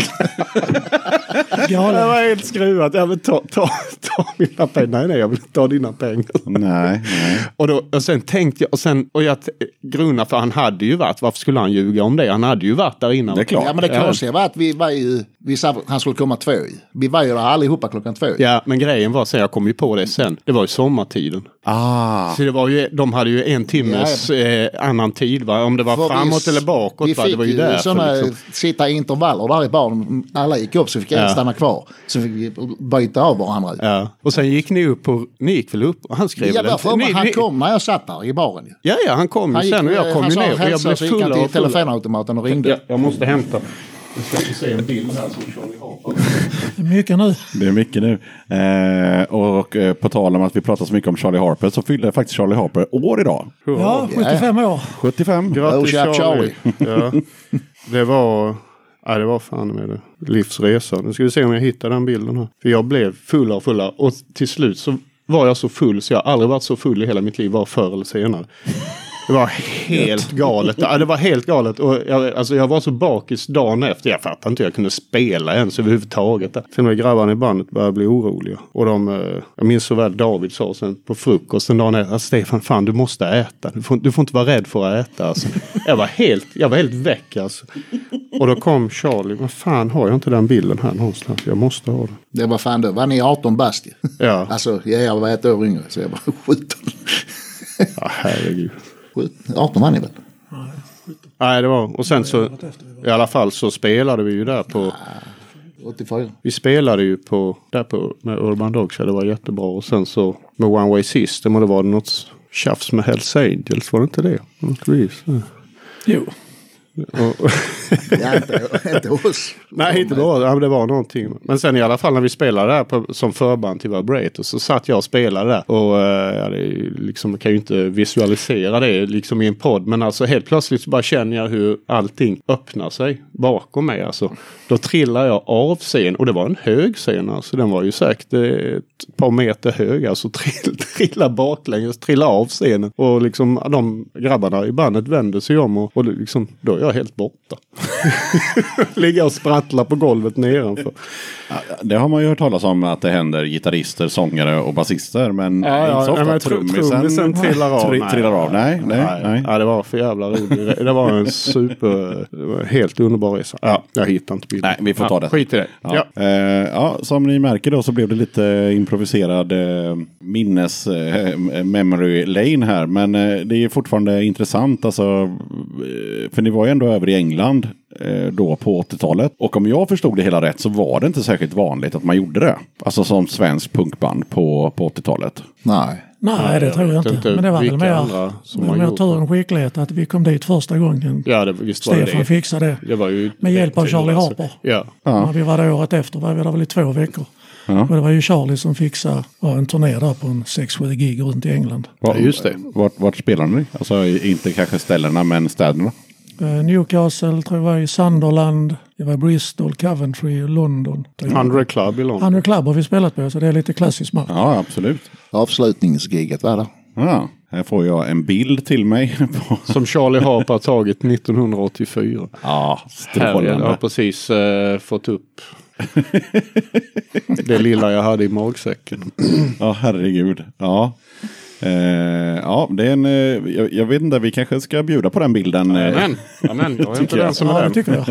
Jag var helt skruvat. Jag vill ta mina pengar. Nej, jag vill ta dina pengar. Nej. Och sen tänkte jag, och jag grunnade, för han hade ju varit, varför skulle han ljuga om det? Han hade ju varit där innan. Det är klart. Ja, men det konstiga var att vi sa att han skulle komma 2. Vi var ju där allihopa 2:00. Ja, men grejen var så jag kom ju på det sen. Det var ju sommartiden. Så det var ju, de hade ju 1 timmes annan tid, va? Om det var framåt eller bakåt, va? Det var ju därför. Vi fick sådana sitta i intervaller där i baren. Alla gick upp så fick jag stanna kvar. Så fick vi byta av varandra. Ja. Och sen gick ni gick väl upp och han skrev han kom när jag satt där i baren. Ja, han kom ju sen och jag kom ju ner och jag blev full av till telefonautomaten och ringde. Jag måste hämta. Jag ska se en bild här som Charlie Harper. Det är mycket nu. Det är mycket nu. Och på tal om att vi pratar så mycket om Charlie Harper så fyllde faktiskt Charlie Harper år idag. Ja, 75 år. 75. Grattis Charlie. Ja. Det var fan med det. Livsresa. Nu ska vi se om jag hittar den bilden här. För jag blev fullare och till slut så var jag så full så jag aldrig varit så full i hela mitt liv, var förr eller senare. Det var helt galet. Ja, det var helt galet. Och jag var så bakis dagen efter. Jag fattade inte hur jag kunde spela ens överhuvudtaget. Sen var grabbarna i bandet började bli oroliga. Och jag minns så väl David sa sen på frukosten dagen efter: Stefan, fan du måste äta. Du får inte vara rädd för att äta. Alltså. Jag var helt väck alltså. Och då kom Charlie. Men fan, har jag inte den bilden här någonstans? Jag måste ha den. Det var fan då. Var ni 18 bast? Ja. Alltså, jag var 1 år yngre så jag var 17. Ja, herregud. 18 var ni väl? Nej, det var. Och sen så i alla fall så spelade vi ju där på 84. Vi spelade ju med Urban Dogs, det var jättebra. Och sen så med One Way System, och det var något tjafs med Hells Angels, var det inte det? Jo. Ja, inte oss. Nej, inte bra. Ja, det var någonting. Men sen i alla fall när vi spelade där som förband till Vibrator så satt jag och spelade där. Och jag kan ju inte visualisera det liksom i en podd. Men alltså helt plötsligt så bara känner jag hur allting öppnar sig bakom mig. Alltså, då trillar jag av scen. Och det var en hög scen. Alltså, den var ju säkert ett par meter hög. Alltså trillar baklänges, trillar av scenen. Och liksom de grabbarna i bandet vände sig om. Och liksom, då jag helt borta. Ligga och sprattla på golvet nedanför. Det har man ju hört talas om att det händer gitarrister, sångare och basister. Men inte så ofta trummisen trillar av. Nej. Ja, det var för jävla roligt. Det var en helt underbar resa. Ja, jag hittar inte bilden. Nej, vi får ta det. Skit i det. Ja. Som ni märker då så blev det lite improviserad memory lane här. Men det är fortfarande intressant. Alltså, för ni var ju ändå över i England då på 80-talet. Och om jag förstod det hela rätt så var det inte särskilt vanligt att man gjorde det. Alltså som svensk punkband på 80-talet. Nej, det tror jag inte. Men det var väl mer tur och skicklighet att vi kom dit första gången. Ja, visst var Stefan fixade det. Det var ju med hjälp av Charlie Harper. Ja. När vi var där året efter var vi där väl i 2 veckor. Ja. Och det var ju Charlie som fixade en turné där på en 6-7 gig runt i England. Ja, just det. Vart spelar ni? Alltså inte kanske ställena men städerna? Newcastle tror jag var i Sunderland. Det var Bristol, Coventry och London. 100 Club i London. 100 Club har vi spelat på, så det är lite klassisk mark. Ja, absolut. Avslutningsgiget var det. Ja, här får jag en bild till mig. Som Charlie Harper har tagit 1984. Ja, strålande. Jag har precis fått upp det lilla jag hade i magsäcken. Ja, herregud. Ja. Ja, det är en, jag vet inte, vi kanske ska bjuda på den bilden. Amen, jag är inte den som är den. Tycker jag.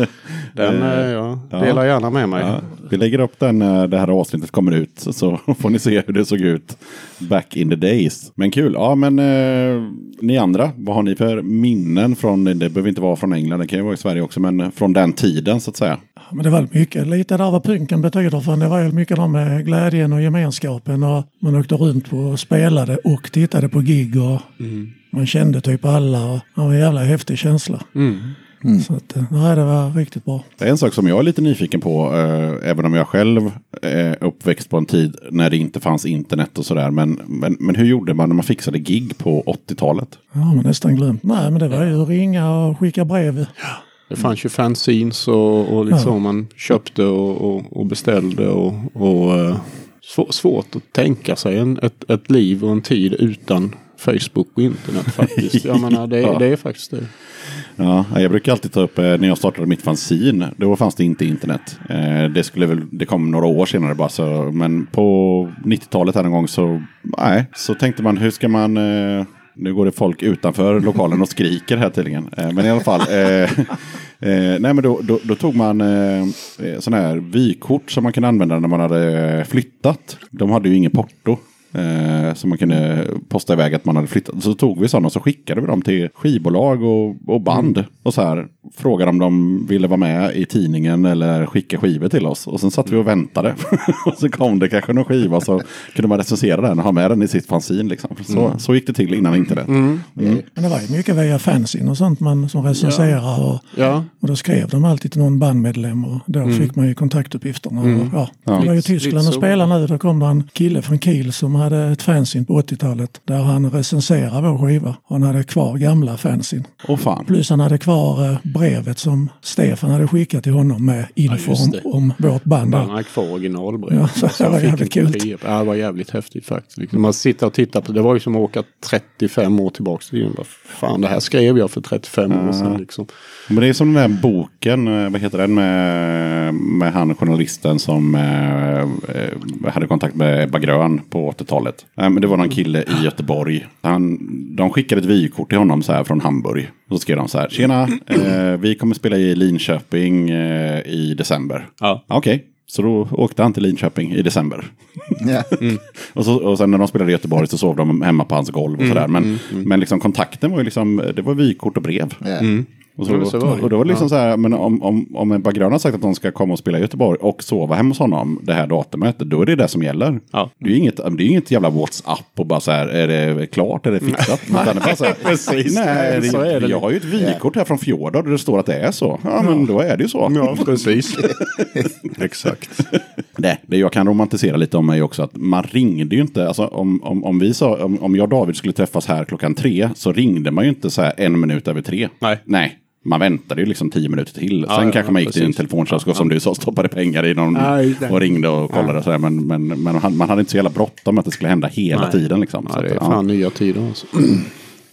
Den delar gärna med mig. Ja, vi lägger upp den när det här avsnittet kommer ut så får ni se hur det såg ut back in the days. Men kul, ja men ni andra, vad har ni för minnen från, det behöver inte vara från England, det kan ju vara i Sverige också, men från den tiden så att säga. Men det var mycket, lite där vad punken betyder, för det var ju mycket där med glädjen och gemenskapen, och man åkte runt och spelade och tittade på gig och man kände typ alla, och det var en jävla häftig känsla. Så att, nej, det var riktigt bra. En sak som jag är lite nyfiken på, även om jag själv är uppväxt på en tid när det inte fanns internet och sådär, men hur gjorde man när man fixade gig på 80-talet? Ja, man nästan glömt. Nej, men det var ju att ringa och skicka brev. Ja. Det fanns ju fanzines och liksom man köpte och beställde och svårt att tänka sig ett liv och en tid utan Facebook och internet faktiskt. Jag menar, det är faktiskt det. Ja, jag brukar alltid ta upp när jag startade mitt fanzin, då fanns det inte internet. Det kom några år senare bara så, men på 90-talet här en gång så tänkte man, hur ska man nu går det folk utanför lokalen och skriker här tydligen. Men i alla fall nej men då tog man sån här vykort som man kunde använda när man hade flyttat. De hade ju ingen porto. Så man kunde posta iväg att man hade flyttat. Så tog vi sådana och så skickade vi dem till skivbolag och band. Och så här frågade om de ville vara med i tidningen eller skicka skivor till oss. Och sen satt vi och väntade. Och så kom det kanske någon skiva, så kunde man recensera den och ha med den i sitt fanzin liksom. Så gick det till innan internet. Men det var ju mycket via fanzin och sånt man som recenserar och då skrev de alltid till någon bandmedlem och då fick man ju kontaktuppgifterna. Och, det var ju Tyskland och spelade nu. Då kom det en kille från Kiel som hade ett fanzin på 80-talet där han recenserade vår skiva. Och han hade kvar gamla fanzin. Fan. Plus han hade kvar brevet som Stefan hade skickat till honom med info om vårt band. Han hade kvar originalbrev. Ja, så det var jävligt kul. Ja, det var jävligt häftigt faktiskt. Liksom, man sitter och tittar på det, var ju som att åka 35 år tillbaka till det. Fan, det här skrev jag för 35 år sedan liksom. Men det är som den här boken, vad heter den, med han journalisten som hade kontakt med Ebba Grön på 80-talet. Men det var någon kille i Göteborg. De skickade ett vykort till honom så här från Hamburg. Och så skrev de så här: tjena, vi kommer spela i Linköping i december. Ja. Okej. Så då åkte han till Linköping i december. Och sen när de spelade i Göteborg så sov de hemma på hans golv och sådär. Men liksom kontakten var ju liksom, det var vykort och brev. Och då var det liksom så här, men om en Bagrön har sagt att de ska komma och spela i Göteborg och sova hemma hos honom det här datumet, då är det det som gäller. Ja. Det är inget jävla WhatsApp och bara så här, är det klart, är det fixat? Precis. Jag har ju ett vykort här från Fjordor där det står att det är så. Ja, men då är det ju så. Ja, precis. Exakt. Det jag kan romantisera lite om är också att man ringde ju inte, alltså om jag och David skulle träffas här 3:00 så ringde man ju inte så här 1 minut över 3. Nej. Man väntade ju liksom 10 minuter till. Sen kanske man gick till en telefonkiosk och som du sa stoppade pengar i någon och ringde och kollade och sådär. Men man hade inte så jävla bråttom att det skulle hända hela tiden liksom. Så det är fan nya tider alltså.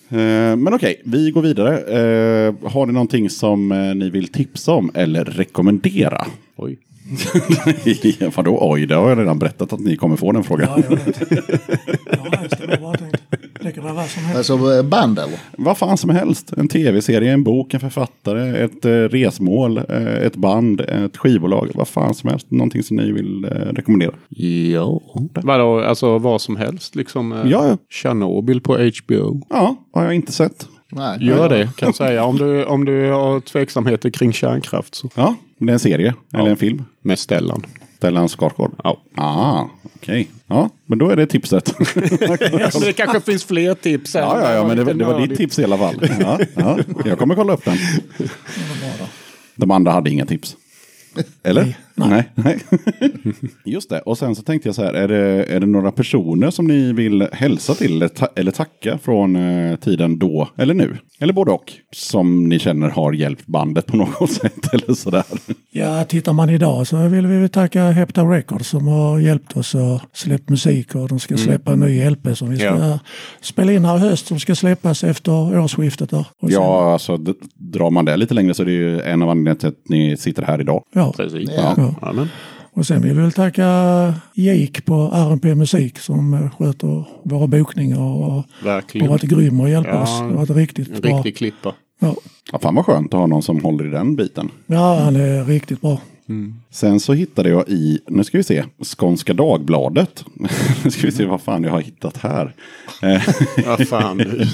Men okej, vi går vidare. Har ni någonting som ni vill tipsa om eller rekommendera? Oj. Vadå oj, det har jag redan berättat att ni kommer få den frågan. Ja, jag vet. Ja, just det. Jag bara tänkt. Det kan vara vad som helst. Alltså band eller? Vad fan som helst. En tv-serie, en bok, en författare, ett resmål, ett band, ett skivbolag. Vad fan som helst. Någonting som ni vill rekommendera. Ja. Vadå, alltså vad som helst liksom. Ja. Chernobyl på HBO. Ja, har jag inte sett. Nej. Gör det, kan jag säga. Om du har tveksamheter kring kärnkraft så. Ja, det är en serie eller en film. Med Stellan. Stellan Skarsgård. Ja. Okej. Ja, men då är det tipset. Det kanske finns fler tips. Ja, men det var ditt tips i alla fall. Ja. Jag kommer kolla upp den. De andra hade inga tips. Eller? Nej. Just det. Och sen så tänkte jag så här. Är det några personer som ni vill hälsa till eller tacka från tiden då eller nu? Eller både och. Som ni känner har hjälpt bandet på något sätt eller sådär. Ja, tittar man idag så vill vi tacka Hepta Records som har hjälpt oss att släppa musik och de ska släppa en ny LP som vi ska spela in här i höst som ska släppas efter årsskiftet. Då. Och sen, alltså drar man det lite längre så är det ju en av anledningarna till att ni sitter här idag. Ja, precis. Ja. Amen. Och sen vill vi väl tacka Jake på R&P Musik som sköter våra bokningar och Verkligen. har varit grym och hjälpt oss. Det har varit riktigt bra. Riktig klippa. Ja. Ja, fan vad skönt att ha någon som håller i den biten. Ja, han är riktigt bra. Sen så hittade jag nu ska vi se, Skånska Dagbladet. Nu ska vi se vad fan jag har hittat här. Vad fan du.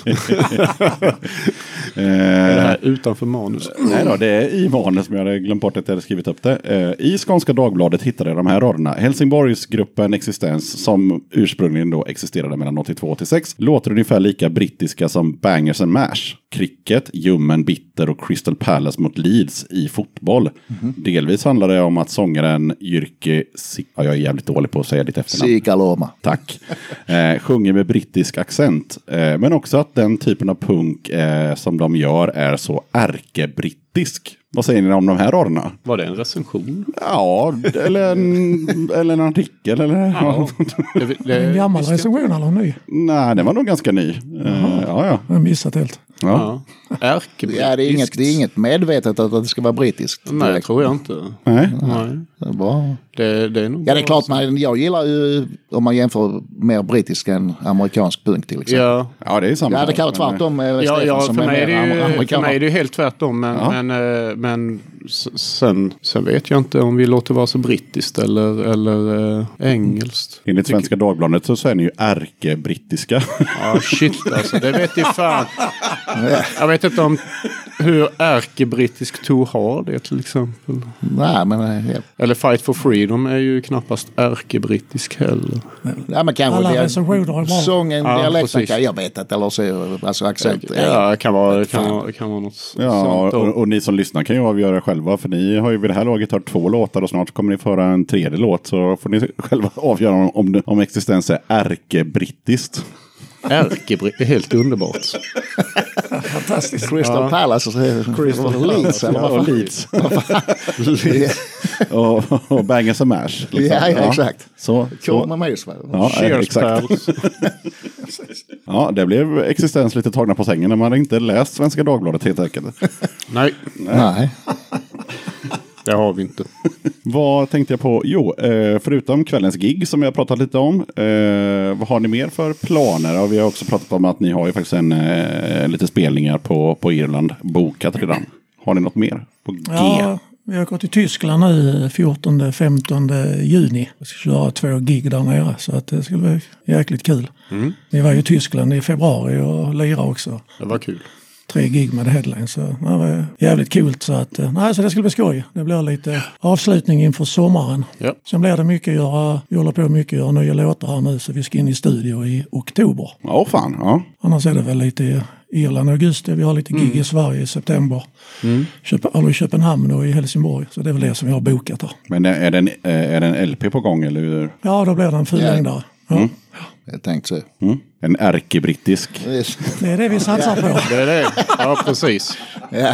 Är det här utanför manus? Nej då, det är i manus som jag hade glömt bort att jag hade skrivit upp det. I Skånska Dagbladet hittade jag de här raderna. Helsingborgsgruppen Existens, som ursprungligen då existerade mellan 82 och 86, låter ungefär lika brittiska som Bangers and Mash, Cricket, Ljummen, Bitter och Crystal Palace mot Leeds i fotboll. Delvis handlar det om att sångaren Jyrki, jag är jävligt dålig på att säga ditt efternamn. Sikaloma. Tack. Sjunger med brittisk accent. Men också att den typen av punk som de gör är så ärkebrittisk. Vad säger ni om de här raderna? Var det en recension? Ja, eller en artikel. Eller? Ja. En gammal recension eller en ny? Nej, den var nog ganska ny. Ja. Jag har missat helt. Ja. Ärkebrittiskt. Ja, det är inget medvetet att det ska vara brittiskt. Nej, det tror jag inte. Nej. Det är bra. Det är nog Ja, det är klart. Jag gillar ju om man jämför mer brittisk än amerikansk punk till exempel. Ja, det är samma. Ja, det kan vara tvärtom. För mig är det ju helt tvärtom. Men sen vet jag inte om vi låter vara så brittiskt eller engelskt. Enligt Svenska Dagbladet så är ni ju ärkebrittiska. Ja, shit alltså. Det vet jag fan. Jag vet inte om hur ärkebrittisk Tor har det till exempel. Nej, men... Ja. Eller Fight for Freedom är ju knappast ärkebrittisk heller. Ja, men kanske alla recensioner är bra. sången, dialekten, precis. jag vet inte, eller så, alltså accent. Ja, det kan vara något Ja, sånt. och ni som lyssnar kan ju avgöra själva, för ni har ju vid det här laget hört 2 låtar och snart kommer ni föra en 3:e låt, så får ni själva avgöra om existens är ärkebrittiskt. Ärkebrittiskt är helt underbart. Fantastiskt. Crystal Palace. Crystal Leeds. och Bangers and Mash. Liksom. Ja, exakt. Så. Kommer med Ja, Cheers, exakt. Ja, det blev existens lite tagna på sängen när man inte läst Svenska Dagbladet helt enkelt. Nej. Det har vi inte. Vad tänkte jag på? Jo, förutom kvällens gig som vi har pratat lite om. Vad har ni mer för planer? Ja, vi har också pratat om att ni har ju faktiskt lite spelningar på Irland bokat redan. Har ni något mer på G? Ja, vi har gått till Tyskland nu 14-15 juni. Vi ska köra 2 gig där nere så att det skulle bli jäkligt kul. Vi var ju i Tyskland i februari och lirade också. Det var kul. 3 gig med headline, så det var jävligt kul. Så att, så det skulle bli skoj. Det blir lite avslutning inför sommaren. Ja. Sen blir det mycket vi håller på mycket att göra nya låtar här nu, så vi ska in i studio i oktober. Ja, fan. Ja. Annars är det väl lite i Irland och augusti. Vi har lite gig i Sverige i september. I Köpenhamn och i Helsingborg. Så det är väl det som vi har bokat här. Men är det en LP på gång eller? Ja, då blir det en fullängdare. Ja. Jag tänkte så. En ärkebrittisk. Det är det vi satsar på. Det är det. Ja, precis. Ja.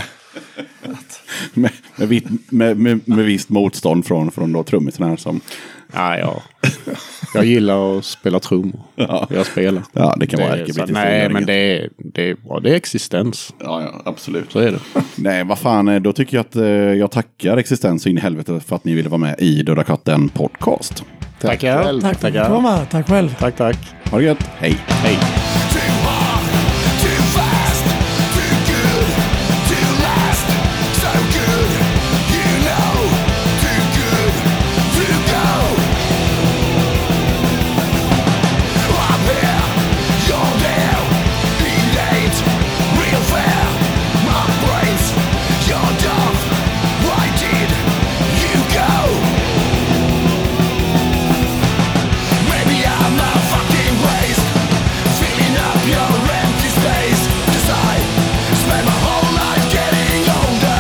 Med visst motstånd från då trummisen här som... Ja. Jag gillar att spela trummor. Ja. Jag spelar. Ja, det kan vara ärkebittigt. Nej, men det är existens. Ja, absolut. Så är det. Nej, vad fan, då tycker jag att jag tackar Existens så in i helvete för att ni ville vara med i Döda katten podcast. Tackar. själv. Tack för att du kom här. Tack själv. Tack. Ha det gött. Hej. Hej. Too hard, too fast, too good, too last, so good, you know, too good to go. I'm here, you're there, it ain't real fair. My brains, you're dumb, why did you go? Maybe I'm a fucking waste, filling up your empty space. 'Cause I spent my whole life getting older.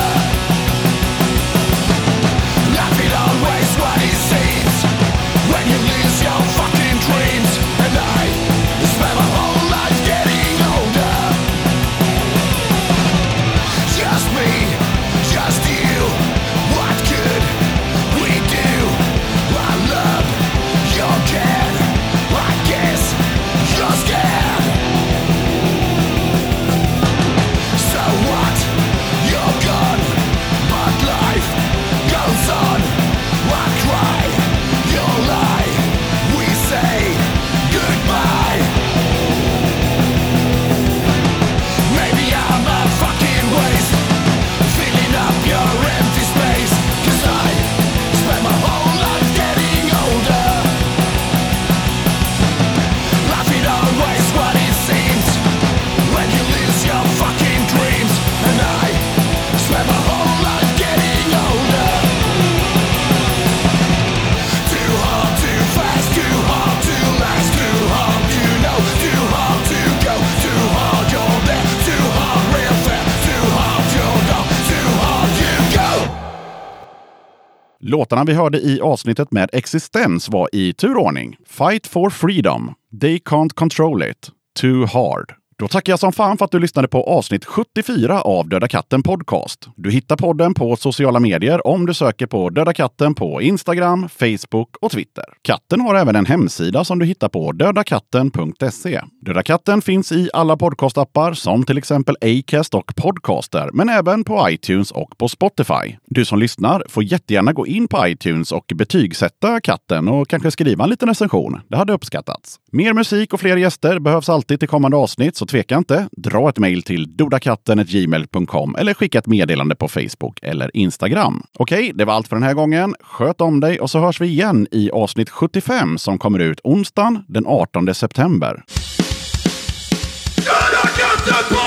Life it always what it seems when you lose your fucking dreams. And I spent my whole life getting older. Just me, just you. What could we do? I love your care. I guess you're scared. So what? You're gone, but life goes on. I cry, you lie. We say goodbye. Maybe I'm a fucking waste, filling up your empty space. 'Cause I spent my whole life getting older. Life it always what it seems when you lose your fucking dreams. And I spent my whole life getting older. Too hard, too fast, too hard to last, too hard you know, too hard to go, too hard you're there, too hard real fair, too hard you're gone, too hard you go. Låtarna vi hörde i avsnittet med Existens var i turordning Fight for Freedom, They Can't Control It, Too Hard. Då tackar jag som fan för att du lyssnade på avsnitt 74 av Döda katten podcast. Du hittar podden på sociala medier om du söker på Döda katten på Instagram, Facebook och Twitter. Katten har även en hemsida som du hittar på dödakatten.se. Döda katten finns i alla podcastappar som till exempel Acast och Podcaster, men även på iTunes och på Spotify. Du som lyssnar får jättegärna gå in på iTunes och betygsätta katten och kanske skriva en liten recension. Det hade uppskattats. Mer musik och fler gäster behövs alltid till kommande avsnitt, så tveka inte. Dra ett mejl till dodakatten@gmail.com eller skicka ett meddelande på Facebook eller Instagram. Okej, det var allt för den här gången. Sköt om dig och så hörs vi igen i avsnitt 75 som kommer ut onsdagen den 18 september. Döda katten!